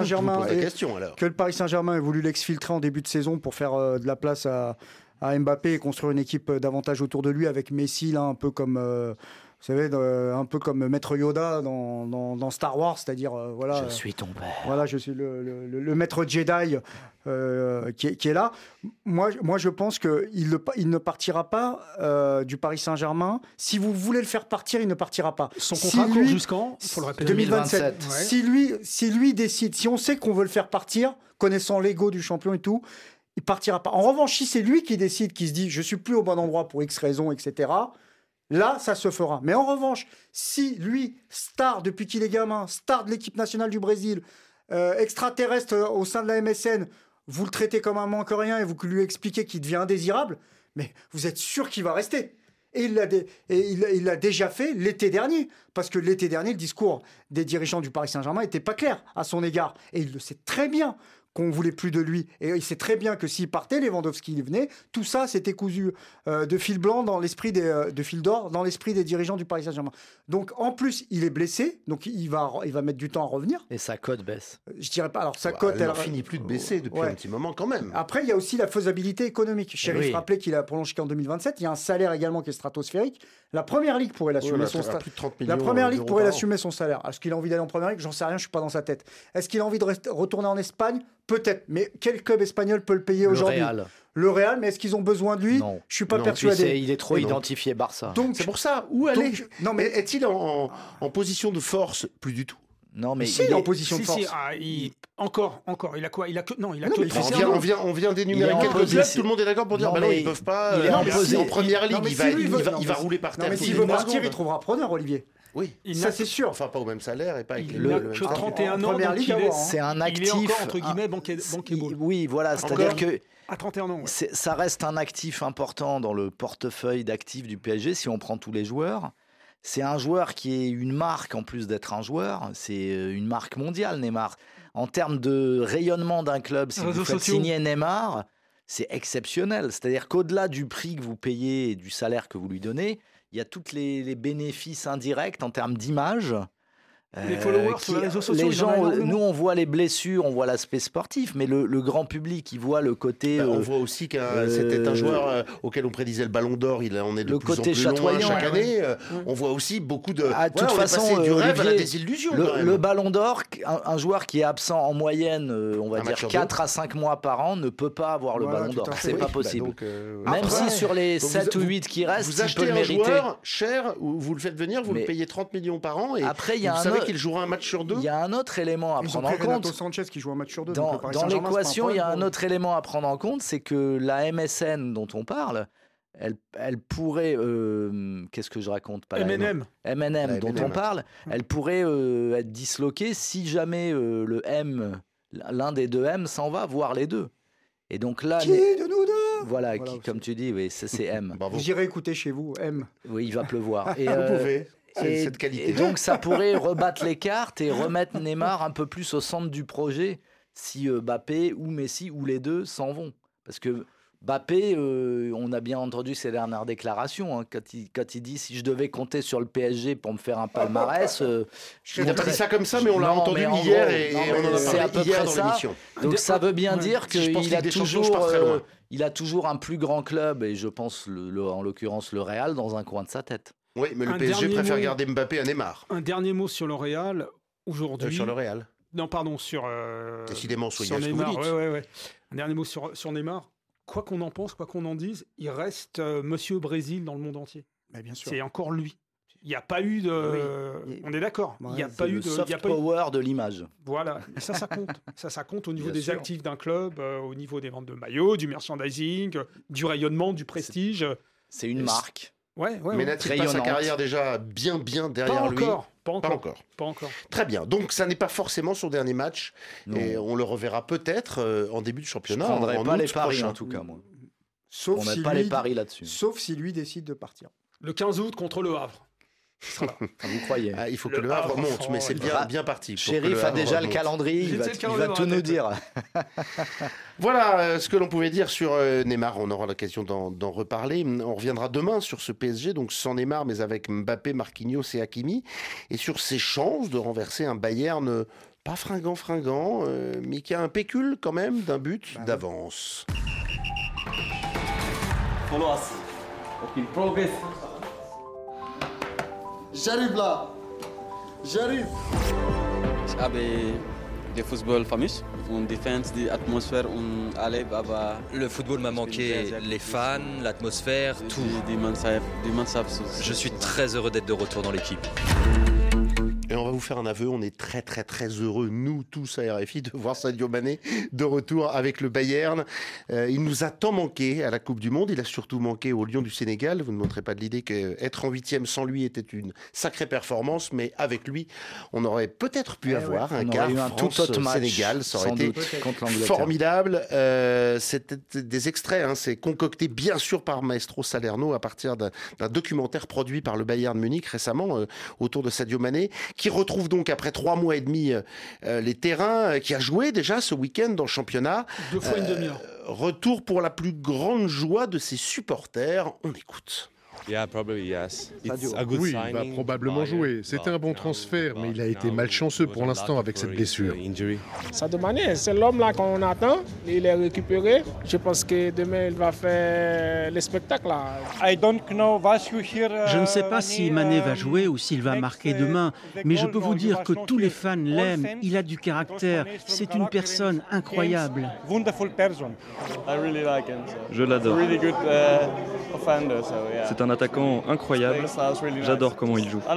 le Paris Saint-Germain ait voulu l'exfiltrer en début de saison pour faire de la place à Mbappé et construire une équipe davantage autour de lui avec Messi, là, un peu comme... savez, un peu comme Maître Yoda dans Star Wars, c'est-à-dire voilà. Je suis ton père. Voilà, je suis le maître Jedi qui est là. Moi, je pense qu'il ne partira pas du Paris Saint-Germain. Si vous voulez le faire partir, il ne partira pas. Son contrat court jusqu'en 2027. Ouais. Si lui décide, si on sait qu'on veut le faire partir, connaissant l'ego du champion et tout, il partira pas. En revanche, si c'est lui qui décide, qui se dit, je suis plus au bon endroit pour X raisons, etc. Là, ça se fera. Mais en revanche, si lui, star depuis qu'il est gamin, star de l'équipe nationale du Brésil, extraterrestre au sein de la MSN, vous le traitez comme un moins que rien et vous lui expliquez qu'il devient indésirable, mais vous êtes sûr qu'il va rester. Et il l'a déjà fait l'été dernier. Parce que l'été dernier, le discours des dirigeants du Paris Saint-Germain n'était pas clair à son égard. Et il le sait très bien qu'on ne voulait plus de lui. Et il sait très bien que s'il partait, Lewandowski il venait, tout ça c'était cousu de fil blanc dans l'esprit de fil d'or dans l'esprit des dirigeants du Paris Saint-Germain. Donc en plus, il est blessé, donc il va mettre du temps à revenir. Et sa cote baisse. Je dirais pas. Alors sa cote, elle ne finit plus de baisser depuis un petit moment quand même. Après, il y a aussi la faisabilité économique. Chérif rappelait qu'il a prolongé qu'en 2027. Il y a un salaire également qui est stratosphérique. La première ligue pourrait l'assumer son salaire. La première ligue pourrait l'assumer son salaire. Est-ce qu'il a envie d'aller en première ligue? J'en sais rien, je suis pas dans sa tête. Est-ce qu'il a envie de retourner en Espagne? Peut-être. Mais quel club espagnol peut le payer aujourd'hui? Le Real, mais est-ce qu'ils ont besoin de lui? Non. Je suis pas persuadé. Il est trop identifié Barça. Donc c'est pour ça. Où aller? Non, mais est-il en position de force? Plus du tout. Non, mais il est en position de force. Encore. Il a quoi? Il a que on vient d'énumérer quelques clubs. Tout le monde est d'accord pour dire non, ils peuvent pas. En première ligue, il va rouler par terre. Mais s'il veut partir, il trouvera preneur, Olivier. Oui, ça c'est sûr. Enfin, pas au même salaire et pas avec il n'a que 31 ans. C'est un actif. Il est encore entre guillemets bankable. Oui, voilà, c'est-à-dire que à 31 ans. Ça reste un actif important dans le portefeuille d'actifs du PSG si on prend tous les joueurs. C'est un joueur qui est une marque en plus d'être un joueur. C'est une marque mondiale, Neymar. En termes de rayonnement d'un club, si vous faites signer Neymar, c'est exceptionnel. C'est-à-dire qu'au-delà du prix que vous payez et du salaire que vous lui donnez, il y a tous les bénéfices indirects en termes d'image. Les followers sur les réseaux sociaux. Les gens, nous, on voit les blessures, on voit l'aspect sportif, mais le grand public, il voit le côté. On voit aussi que c'était un joueur auquel on prédisait le Ballon d'Or. Il en est de plus en plus loin chaque année. On voit aussi beaucoup de. De toute façon, du rêve à la désillusion. Le Ballon d'Or, un joueur qui est absent en moyenne, on va dire 4 à 5 mois par an, ne peut pas avoir le Ballon d'Or. C'est pas possible. Même si sur les 7 ou 8 qui restent, vous achetez un joueur cher, vous le faites venir, vous le payez 30 millions par an, et après il y a qu'il jouera un match sur 2. Il y a un autre élément à prendre en compte. Renato Sanchez qui joue un match sur 2. Dans l'équation, il y a un autre élément à prendre en compte, c'est que la MSN dont on parle, elle pourrait... qu'est-ce que je raconte? MNM dont on parle, elle pourrait être disloquée si jamais l'un des deux M s'en va, voire les deux. Et donc là... Qui de nous deux? Voilà, comme tu dis, oui, c'est M. Vous irez écouter chez vous, M. Oui, il va pleuvoir. Et, vous pouvez. Cette qualité. Et donc ça pourrait rebattre les cartes et remettre Neymar un peu plus au centre du projet si Mbappé ou Messi ou les deux s'en vont. Parce que Mbappé, on a bien entendu ses dernières déclarations, hein, quand il dit si je devais compter sur le PSG pour me faire un palmarès. Il a pris ça comme ça, mais on l'a entendu hier et on en a parlé hier dans l'émission. Donc ça veut bien dire qu'il a toujours un plus grand club, et je pense en l'occurrence le Real, dans un coin de sa tête. Oui, mais le PSG préfère garder Mbappé à Neymar. Un dernier mot sur le Real. Aujourd'hui. Sur le Real. Non, pardon, sur. Décidément, soyez sur Neymar. Ce que vous dites. Ouais. Un dernier mot sur Neymar. Quoi qu'on en pense, quoi qu'on en dise, il reste Monsieur Brésil dans le monde entier. Mais bien sûr. C'est encore lui. Il n'y a pas eu de. Oui. On est d'accord. Il n'y a pas eu de. Soft power de l'image. Voilà. Et ça compte. Ça compte au niveau des actifs d'un club, au niveau des ventes de maillots, du merchandising, du rayonnement, du prestige. C'est une marque. Ouais. Mais n'a-t-il pas sa carrière déjà bien derrière lui? Pas encore. Très bien. Donc, ça n'est pas forcément son dernier match. Non. Et on le reverra peut-être en début de championnat. Je ne prendrai pas les paris, en tout cas, moi. On n'a pas les paris là-dessus. Sauf si lui décide de partir. Le 15 août contre le Havre. Vous croyez? Il faut que le Havre monte, mais c'est bien parti. Chérif a déjà le calendrier, il va tout nous dire. Voilà ce que l'on pouvait dire sur Neymar. On aura l'occasion d'en reparler. On reviendra demain sur ce PSG, donc sans Neymar, mais avec Mbappé, Marquinhos et Hakimi, et sur ses chances de renverser un Bayern pas fringant, mais qui a un pécule quand même d'un but d'avance. Follow us. In progress. J'arrive là. J'arrive. Le football fameux, on défense, l'atmosphère, on allait, Le football m'a manqué, les fans, l'atmosphère, tout. Je suis très heureux d'être de retour dans l'équipe. Et on va vous faire un aveu, on est très très très heureux, nous tous à RFI, de voir Sadio Mané de retour avec le Bayern. Il nous a tant manqué à la Coupe du Monde, il a surtout manqué aux Lions du Sénégal. Vous ne montrez pas de l'idée qu'être en 8e sans lui était une sacrée performance, mais avec lui, on aurait peut-être pu avoir un quart France-Sénégal, ça aurait été formidable. C'était des extraits, c'est concocté bien sûr par Maestro Salerno à partir d'un documentaire produit par le Bayern Munich récemment autour de Sadio Mané, qui retrouve donc après 3 mois et demi les terrains, qui a joué déjà ce week-end dans le championnat. 2 fois une demi-heure. Retour pour la plus grande joie de ses supporters. On écoute. Oui, il va probablement jouer. C'était un bon transfert, mais il a été malchanceux pour l'instant avec cette blessure. Sadio Mané, c'est l'homme là qu'on attend. Il est récupéré. Je pense que demain, il va faire le spectacle là. Je ne sais pas si Mané va jouer ou s'il va marquer demain, mais je peux vous dire que tous les fans l'aiment. Il a du caractère. C'est une personne incroyable. Je l'adore. C'est un attaquant incroyable. J'adore comment il joue.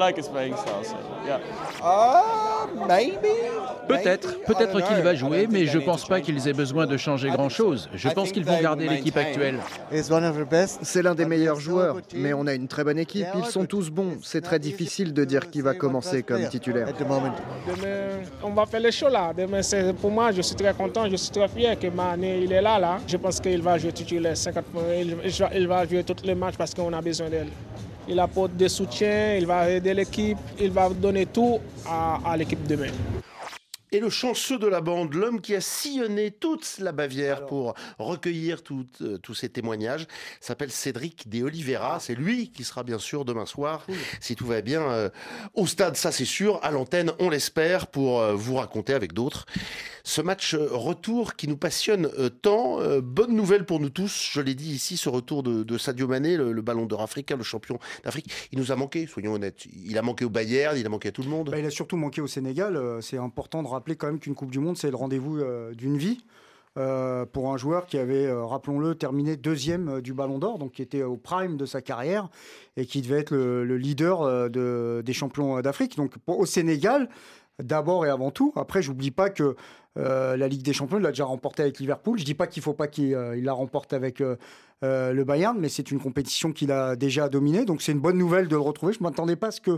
Peut-être qu'il va jouer, mais je ne pense pas qu'ils aient besoin de changer grand-chose. Je pense qu'ils vont garder l'équipe actuelle. C'est l'un des meilleurs joueurs, mais on a une très bonne équipe. Ils sont tous bons. C'est très difficile de dire qui va commencer comme titulaire. Demain, on va faire les shows là. Demain, pour moi, je suis très content, je suis très fier que Mané il est là. Je pense qu'il va jouer titulaire 50 points. Il va jouer tous les matchs parce qu'on a besoin d'elle. Il apporte des soutiens, il va aider l'équipe, il va donner tout à l'équipe demain. Et le chanceux de la bande, l'homme qui a sillonné toute la Bavière pour recueillir tous ces témoignages, s'appelle Cédric de Oliveira. C'est lui qui sera bien sûr demain soir, si tout va bien, au stade, ça c'est sûr, à l'antenne, on l'espère, pour vous raconter avec d'autres ce match retour qui nous passionne tant. Bonne nouvelle pour nous tous, je l'ai dit ici, ce retour de Sadio Mané, le ballon d'or africain, le champion d'Afrique. Il nous a manqué, soyons honnêtes. Il a manqué au Bayern, il a manqué à tout le monde. Il a surtout manqué au Sénégal. C'est important de rappeler quand même qu'une Coupe du Monde, c'est le rendez-vous d'une vie. Pour un joueur qui avait, rappelons-le, terminé 2e du Ballon d'Or, donc qui était au prime de sa carrière et qui devait être le leader des champions d'Afrique. Donc au Sénégal, d'abord et avant tout. Après, j'oublie pas que la Ligue des Champions, il l'a déjà remporté avec Liverpool. Je dis pas qu'il faut pas qu'il la remporte avec le Bayern, mais c'est une compétition qu'il a déjà dominée. Donc c'est une bonne nouvelle de le retrouver. Je m'attendais pas à ce que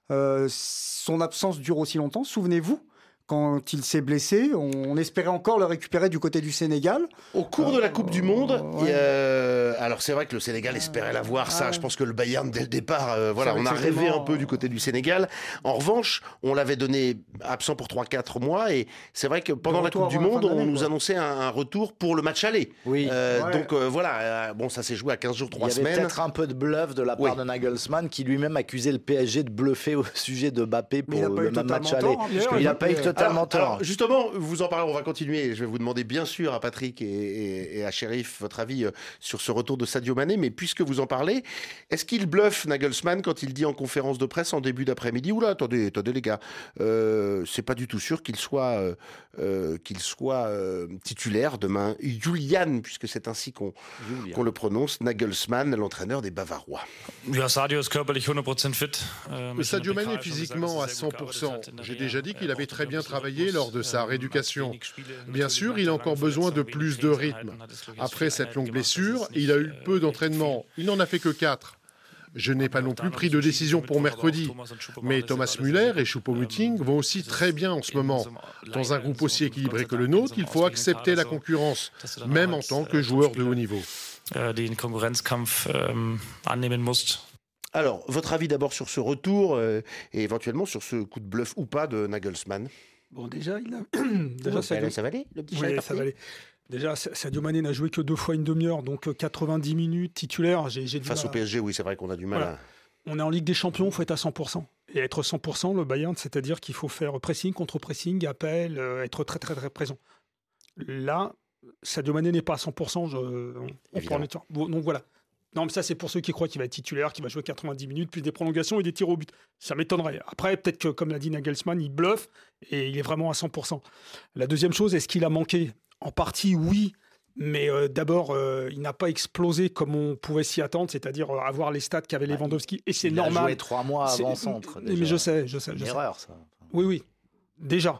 son absence dure aussi longtemps. Souvenez-vous, quand il s'est blessé, on espérait encore le récupérer du côté du Sénégal. Au cours de la Coupe du Monde, alors c'est vrai que le Sénégal espérait l'avoir, ça. Je pense que le Bayern, dès le départ, on a rêvé un peu du côté du Sénégal. En revanche, on l'avait donné absent pour 3-4 mois, et c'est vrai que pendant la Coupe du Monde, on nous annonçait un retour pour le match aller. Oui. Donc bon, ça s'est joué à 15 jours, 3 semaines. Il y avait peut-être un peu de bluff de la part de Nagelsmann, qui lui-même accusait le PSG de bluffer au sujet de Mbappé pour le même match aller. Il n'a pas eu Alors, justement, vous en parlez, on va continuer. Je vais vous demander bien sûr à Patrick et à Chérif votre avis sur ce retour de Sadio Mané, mais puisque vous en parlez, est-ce qu'il bluffe Nagelsmann quand il dit en conférence de presse en début d'après-midi, oula, attendez les gars, c'est pas du tout sûr qu'il soit titulaire demain. Julian, puisque c'est ainsi qu'on le prononce, Nagelsmann, l'entraîneur des Bavarois. Sadio est körperlich 100% fit. Sadio Mané est physiquement à 100%. J'ai déjà dit qu'il avait très bien travaillé lors de sa rééducation. Bien sûr, il a encore besoin de plus de rythme. Après cette longue blessure, il a eu peu d'entraînement. Il n'en a fait que 4. Je n'ai pas non plus pris de décision pour mercredi. Mais Thomas Müller et Choupo-Moting vont aussi très bien en ce moment. Dans un groupe aussi équilibré que le nôtre, il faut accepter la concurrence, même en tant que joueur de haut niveau. Alors, votre avis d'abord sur ce retour et éventuellement sur ce coup de bluff ou pas de Nagelsmann? Bon, déjà, ça va aller, le petit chat est parti. Ça va aller. Déjà, Sadio Mané n'a joué que 2 fois une demi-heure, donc 90 minutes titulaire. Face au PSG, oui, c'est vrai qu'on a du mal à... On est en Ligue des Champions, il faut être à 100%. Et être 100%, le Bayern, c'est-à-dire qu'il faut faire pressing, contre-pressing, appel, être très, très, très présent. Là, Sadio Mané n'est pas à 100%, on peut en être sûr. Donc voilà. Non, mais ça, c'est pour ceux qui croient qu'il va être titulaire, qu'il va jouer 90 minutes, plus des prolongations et des tirs au but. Ça m'étonnerait. Après, peut-être que, comme l'a dit Nagelsmann, il bluffe et il est vraiment à 100%. La deuxième chose, est-ce qu'il a manqué ? En partie, oui. Mais d'abord, il n'a pas explosé comme on pouvait s'y attendre, c'est-à-dire avoir les stats qu'avait Lewandowski. Et c'est normal. Il a joué 3 mois avant centre. Mais je sais. C'est une erreur, ça. Oui. Déjà.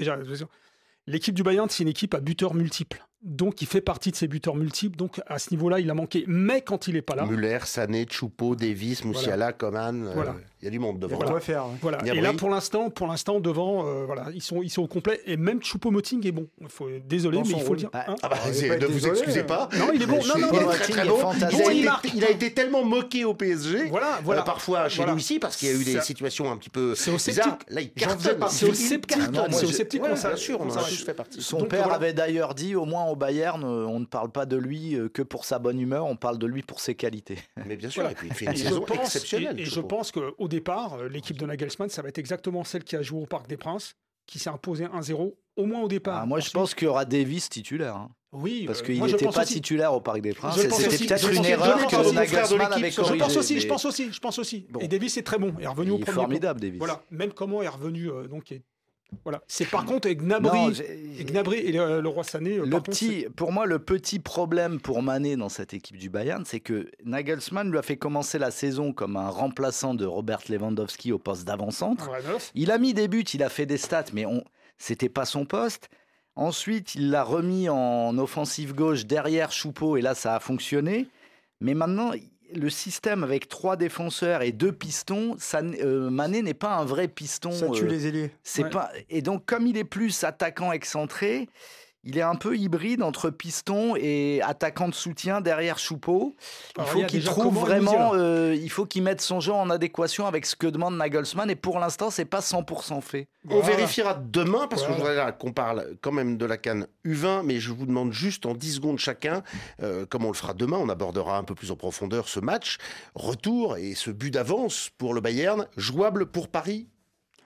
L'équipe du Bayern, c'est une équipe à buteurs multiples. Donc, il fait partie de ces buteurs multiples. Donc, à ce niveau-là, il a manqué. Mais quand il n'est pas là... Müller, Sané, Choupo, Davis, Musiala, Coman... Il y a du monde devant. Il y a quoi faire. Voilà. Et là, pour l'instant, devant, ils sont au complet. Et même Choupo-Moting est bon. Désolé, mais il faut le dire. Ne vous excusez pas. Non, il est bon. Il est très bon. Il a été tellement moqué au PSG. Voilà. Parfois chez nous ici, parce qu'il y a eu des situations un petit peu bizarres. Là, il cartonne. C'est au sceptique. Bien sûr, on en a tous fait partie. Son père avait d'ailleurs dit, au moins au Bayern, on ne parle pas de lui que pour sa bonne humeur, on parle de lui pour ses qualités. Mais bien sûr, et puis il fait une saison exceptionnelle. Et je pense qu'au départ, l'équipe de Nagelsmann, ça va être exactement celle qui a joué au Parc des Princes, qui s'est imposée 1-0, au moins au départ. Moi, je pense qu'il y aura Davis titulaire. Oui, parce qu'il n'était pas titulaire au Parc des Princes. C'était peut-être une erreur que Nagelsmann avait corrigée. Je pense aussi. Bon. Et Davis est très bon. Il est revenu au premier. Formidable, Davis. Voilà. Même comment est revenu. Voilà. C'est par contre Gnabry et le roi Sané. Pour moi, le petit problème pour Mané dans cette équipe du Bayern, c'est que Nagelsmann lui a fait commencer la saison comme un remplaçant de Robert Lewandowski au poste d'avant-centre. Il a mis des buts, il a fait des stats, mais c'était pas son poste. Ensuite, il l'a remis en offensive gauche derrière Choupo, et là, ça a fonctionné. Mais maintenant, le système avec 3 défenseurs et 2 pistons, Mané n'est pas un vrai piston. Ça tue les ailiers. Et donc, comme il est plus attaquant excentré, il est un peu hybride entre piston et attaquant de soutien derrière Choupo. Il faut qu'il trouve vraiment... il faut qu'il mette son jeu en adéquation avec ce que demande Nagelsmann. Et pour l'instant, c'est pas 100% fait. On vérifiera demain, parce que je voudrais qu'on parle quand même de la CAN U20, mais je vous demande juste en 10 secondes chacun, comme on le fera demain, on abordera un peu plus en profondeur ce match. Retour et ce but d'avance pour le Bayern, jouable pour Paris, Nabil ?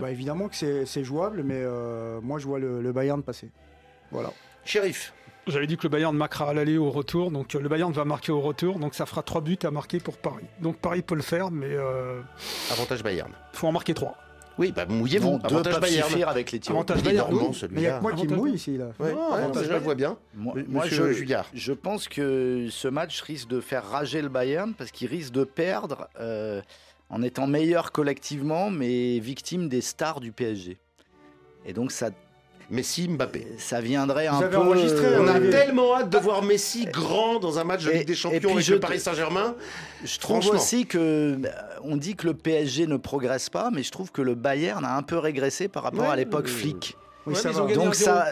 Évidemment que c'est jouable, mais moi je vois le Bayern passer. Voilà. Shérif. J'avais dit que le Bayern marquera à l'aller au retour, donc le Bayern va marquer au retour, donc ça fera 3 buts à marquer pour Paris. Donc Paris peut le faire, mais... Avantage Bayern. Il faut en marquer 3. Oui, mouillez-vous. Avantage Bayern. Avec les tirs. Avantage Bayern. Mais il y a que moi qui mouille ici. Là. Je le vois bien. Moi, je pense que ce match risque de faire rager le Bayern, parce qu'il risque de perdre en étant meilleur collectivement, mais victime des stars du PSG. Et donc ça... Messi, Mbappé. Ça viendrait un peu... On a tellement hâte de voir Messi grand dans un match de Ligue des Champions avec le Paris Saint-Germain. Je trouve aussi que... On dit que le PSG ne progresse pas, mais je trouve que le Bayern a un peu régressé par rapport à l'époque Flick. Oui, donc ça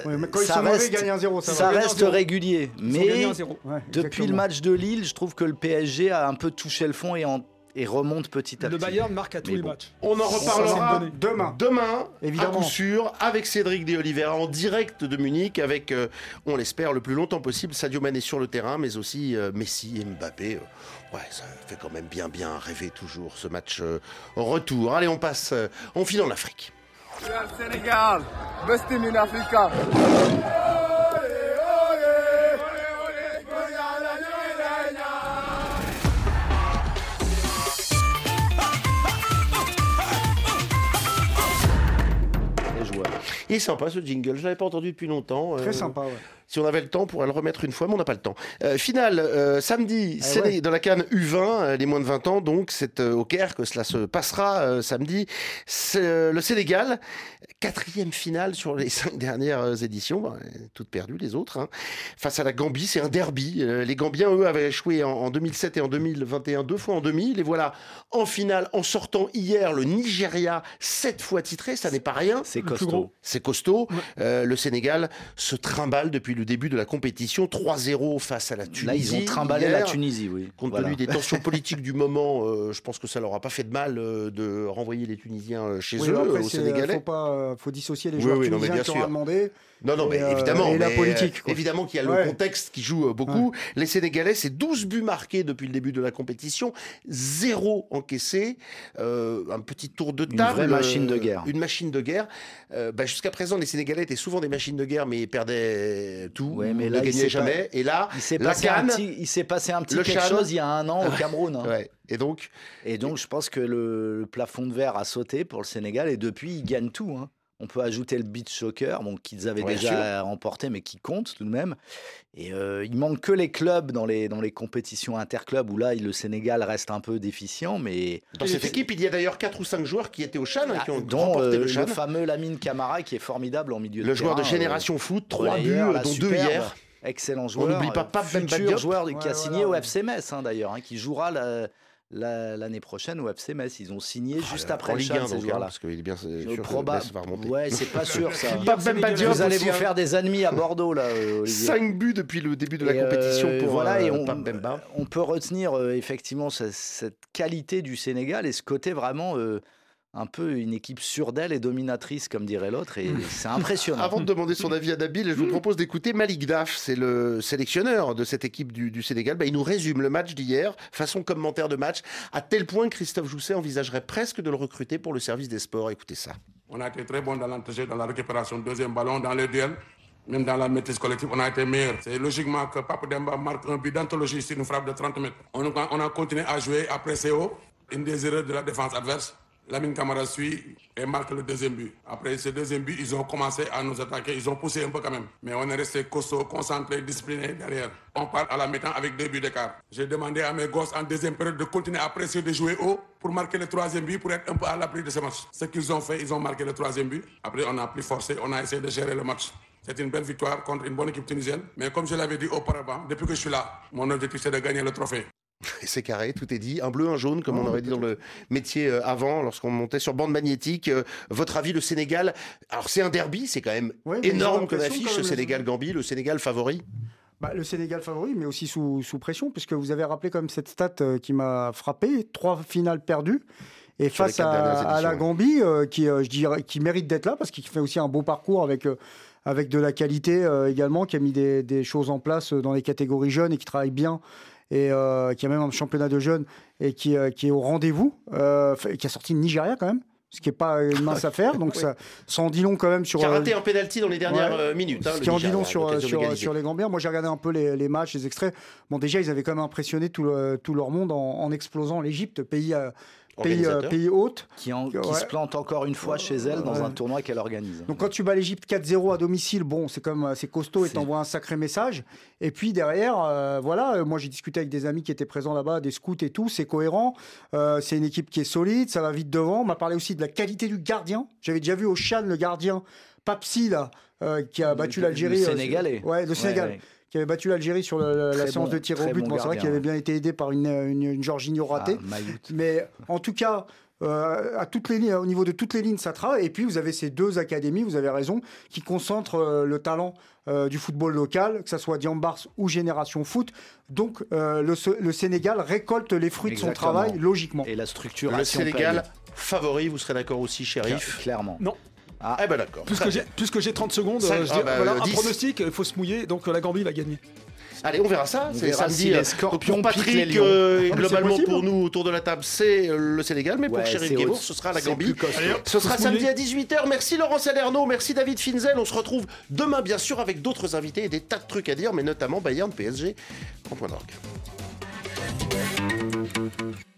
reste régulier. Mais depuis le match de Lille, je trouve que le PSG a un peu touché le fond et remonte petit à petit. Le Bayern marque à tous les matchs. On en reparlera demain, évidemment, à coup sûr, avec Cédric de Oliveira en direct de Munich, avec, on l'espère, le plus longtemps possible, Sadio Mané sur le terrain, mais aussi Messi et Mbappé. Ça fait quand même bien rêver toujours ce match retour. Allez, on file en Afrique. Sénégal, best team in Africa. Il est sympa ce jingle, je l'avais pas entendu depuis longtemps. Très sympa, ouais. Si on avait le temps, on pourrait le remettre une fois, mais on n'a pas le temps. Finale, samedi, dans la CAN U20, les moins de 20 ans, donc c'est au Caire que cela se passera samedi. C'est le Sénégal, 4e finale sur les 5 dernières éditions, toutes perdues les autres, face à la Gambie, c'est un derby. Les Gambiens, eux, avaient échoué en 2007 et en 2021, 2 fois en demi. Les voilà en finale, en sortant hier le Nigeria, 7 fois titré, ça n'est pas rien. C'est costaud. C'est costaud. Ouais. Le Sénégal se trimballe depuis le début de la compétition, 3-0 face à la Tunisie. Là, ils ont trimballé la Tunisie, oui. Compte tenu des tensions politiques du moment, je pense que ça leur a pas fait de mal de renvoyer les Tunisiens chez eux, après, aux Sénégalais. Faut dissocier les joueurs tunisiens qui ont demandé. Non, mais évidemment. Et la politique. Évidemment qu'il y a le contexte qui joue beaucoup. Ouais. Les Sénégalais, c'est 12 buts marqués depuis le début de la compétition, 0 encaissé. Un petit tour de table. Une vraie machine de guerre. Une machine de guerre. Jusqu'à présent, les Sénégalais étaient souvent des machines de guerre, mais ils perdaient tout, mais ne là, gagnait jamais. Et là, il s'est passé un petit quelque chose il y a un an au Cameroun. Hein. Ouais. Et donc, je pense que le plafond de verre a sauté pour le Sénégal et depuis, ils gagnent tout. Hein. On peut ajouter le beach soccer, qu'ils avaient déjà remporté, mais qui compte tout de même. Et il manque que les clubs dans les compétitions interclubs où là, le Sénégal reste un peu déficient. Mais dans cette équipe, il y a d'ailleurs 4 ou 5 joueurs qui étaient au CHAN, qui ont remporté le CHAN. Le fameux Lamine Camara qui est formidable en milieu de terrain. Le joueur de Génération Foot, 3 buts, dont 2 hier. Excellent joueur. On n'oublie pas futur joueur qui a signé au FC Metz d'ailleurs, qui jouera l'année prochaine au FC Metz. Ils ont signé juste après le CHAN, ces joueurs-là. Parce qu'il est bien sûr que Metz va remonter. Ouais, c'est pas sûr ça. Vous allez vous faire des ennemis à Bordeaux là, Olivier. 5 buts depuis le début de la compétition pour Pape Bemba. On peut retenir effectivement cette qualité du Sénégal et ce côté vraiment un peu une équipe sûre d'elle et dominatrice, comme dirait l'autre, et c'est impressionnant. Avant de demander son avis à Nabil, je vous propose d'écouter Malik Daf, c'est le sélectionneur de cette équipe du Sénégal. Il nous résume le match d'hier, façon commentaire de match, à tel point que Christophe Jousset envisagerait presque de le recruter pour le service des sports. Écoutez ça. On a été très bon dans l'entrejeu, dans la récupération, deuxième ballon, dans les duels. Même dans la maîtrise collective, on a été meilleur. C'est logiquement que Pape Demba marque un but d'anthologie sur une frappe de 30 mètres. On a continué à jouer après CO, une des erreurs de la défense adverse. Lamine Camara suit et marque le deuxième but. Après ce deuxième but, ils ont commencé à nous attaquer. Ils ont poussé un peu quand même. Mais on est resté costaud, concentré, discipliné derrière. On part à la mi-temps avec 2 buts d'écart. J'ai demandé à mes gosses en deuxième période de continuer à presser, de jouer haut pour marquer le 3e but, pour être un peu à l'abri de ce match. Ce qu'ils ont fait, ils ont marqué le 3e but. Après, on a plus forcé, on a essayé de gérer le match. C'est une belle victoire contre une bonne équipe tunisienne. Mais comme je l'avais dit auparavant, depuis que je suis là, mon objectif c'est de gagner le trophée. C'est carré, tout est dit. Un bleu, un jaune, comme on aurait dit dans le métier avant, lorsqu'on montait sur bande magnétique. Votre avis, le Sénégal, alors c'est un derby, c'est quand même énorme comme affiche, le Sénégal-Gambie, le Sénégal favori. Le Sénégal favori, mais aussi sous pression, puisque vous avez rappelé quand même cette stat qui m'a frappé, 3 finales perdues. Et sur face à la Gambie, je dirais, qui mérite d'être là, parce qu'il fait aussi un beau parcours avec de la qualité également, qui a mis des choses en place dans les catégories jeunes et qui travaille bien. Et qui a même un championnat de jeunes et qui est au rendez-vous, qui a sorti le Nigeria quand même, ce qui n'est pas une mince affaire, donc ça en dit long quand même sur... Qui a raté un pénalty dans les dernières minutes. Ce qui en dit long sur les Gambiens. Moi j'ai regardé un peu les matchs, les extraits. Bon, déjà ils avaient quand même impressionné tout leur monde en explosant l'Égypte, pays hôte. Qui se plante encore une fois chez elle dans un tournoi qu'elle organise. Donc quand tu bats l'Égypte 4-0 à domicile, bon, c'est costaud et t'envoies un sacré message. Et puis derrière, moi j'ai discuté avec des amis qui étaient présents là-bas, des scouts et tout, c'est cohérent. C'est une équipe qui est solide, ça va vite devant. On m'a parlé aussi de la qualité du gardien. J'avais déjà vu au CHAN le gardien Papsi, là, qui a battu l'Algérie. Le Sénégalais. Le Sénégal. Qui avait battu l'Algérie sur la séance de tir au but. C'est vrai qu'il avait bien été aidé par une Jorginho ratée. Mais en tout cas, à toutes les lignes, au niveau de toutes les lignes, ça travaille. Et puis, vous avez ces 2 académies, vous avez raison, qui concentrent le talent du football local, que ce soit Diambars ou Génération Foot. Donc, le Sénégal récolte les fruits de son travail, logiquement. Et la structure. Le Sénégal favori, vous serez d'accord aussi, Chérif? Clairement. Non. Ah, d'accord. Puisque j'ai 30 secondes, je dis, un pronostic, il faut se mouiller, donc la Gambie va gagner. Allez, on verra ça. C'est samedi. Pour Patrick, globalement, pour nous, autour de la table, c'est le Sénégal. Mais pour Chérif Guébourg, ce sera la Gambie. Ce sera samedi à 18h. Merci Laurent Salerno, merci David Finzel. On se retrouve demain, bien sûr, avec d'autres invités et des tas de trucs à dire, mais notamment Bayern, PSG, en point d'orgue.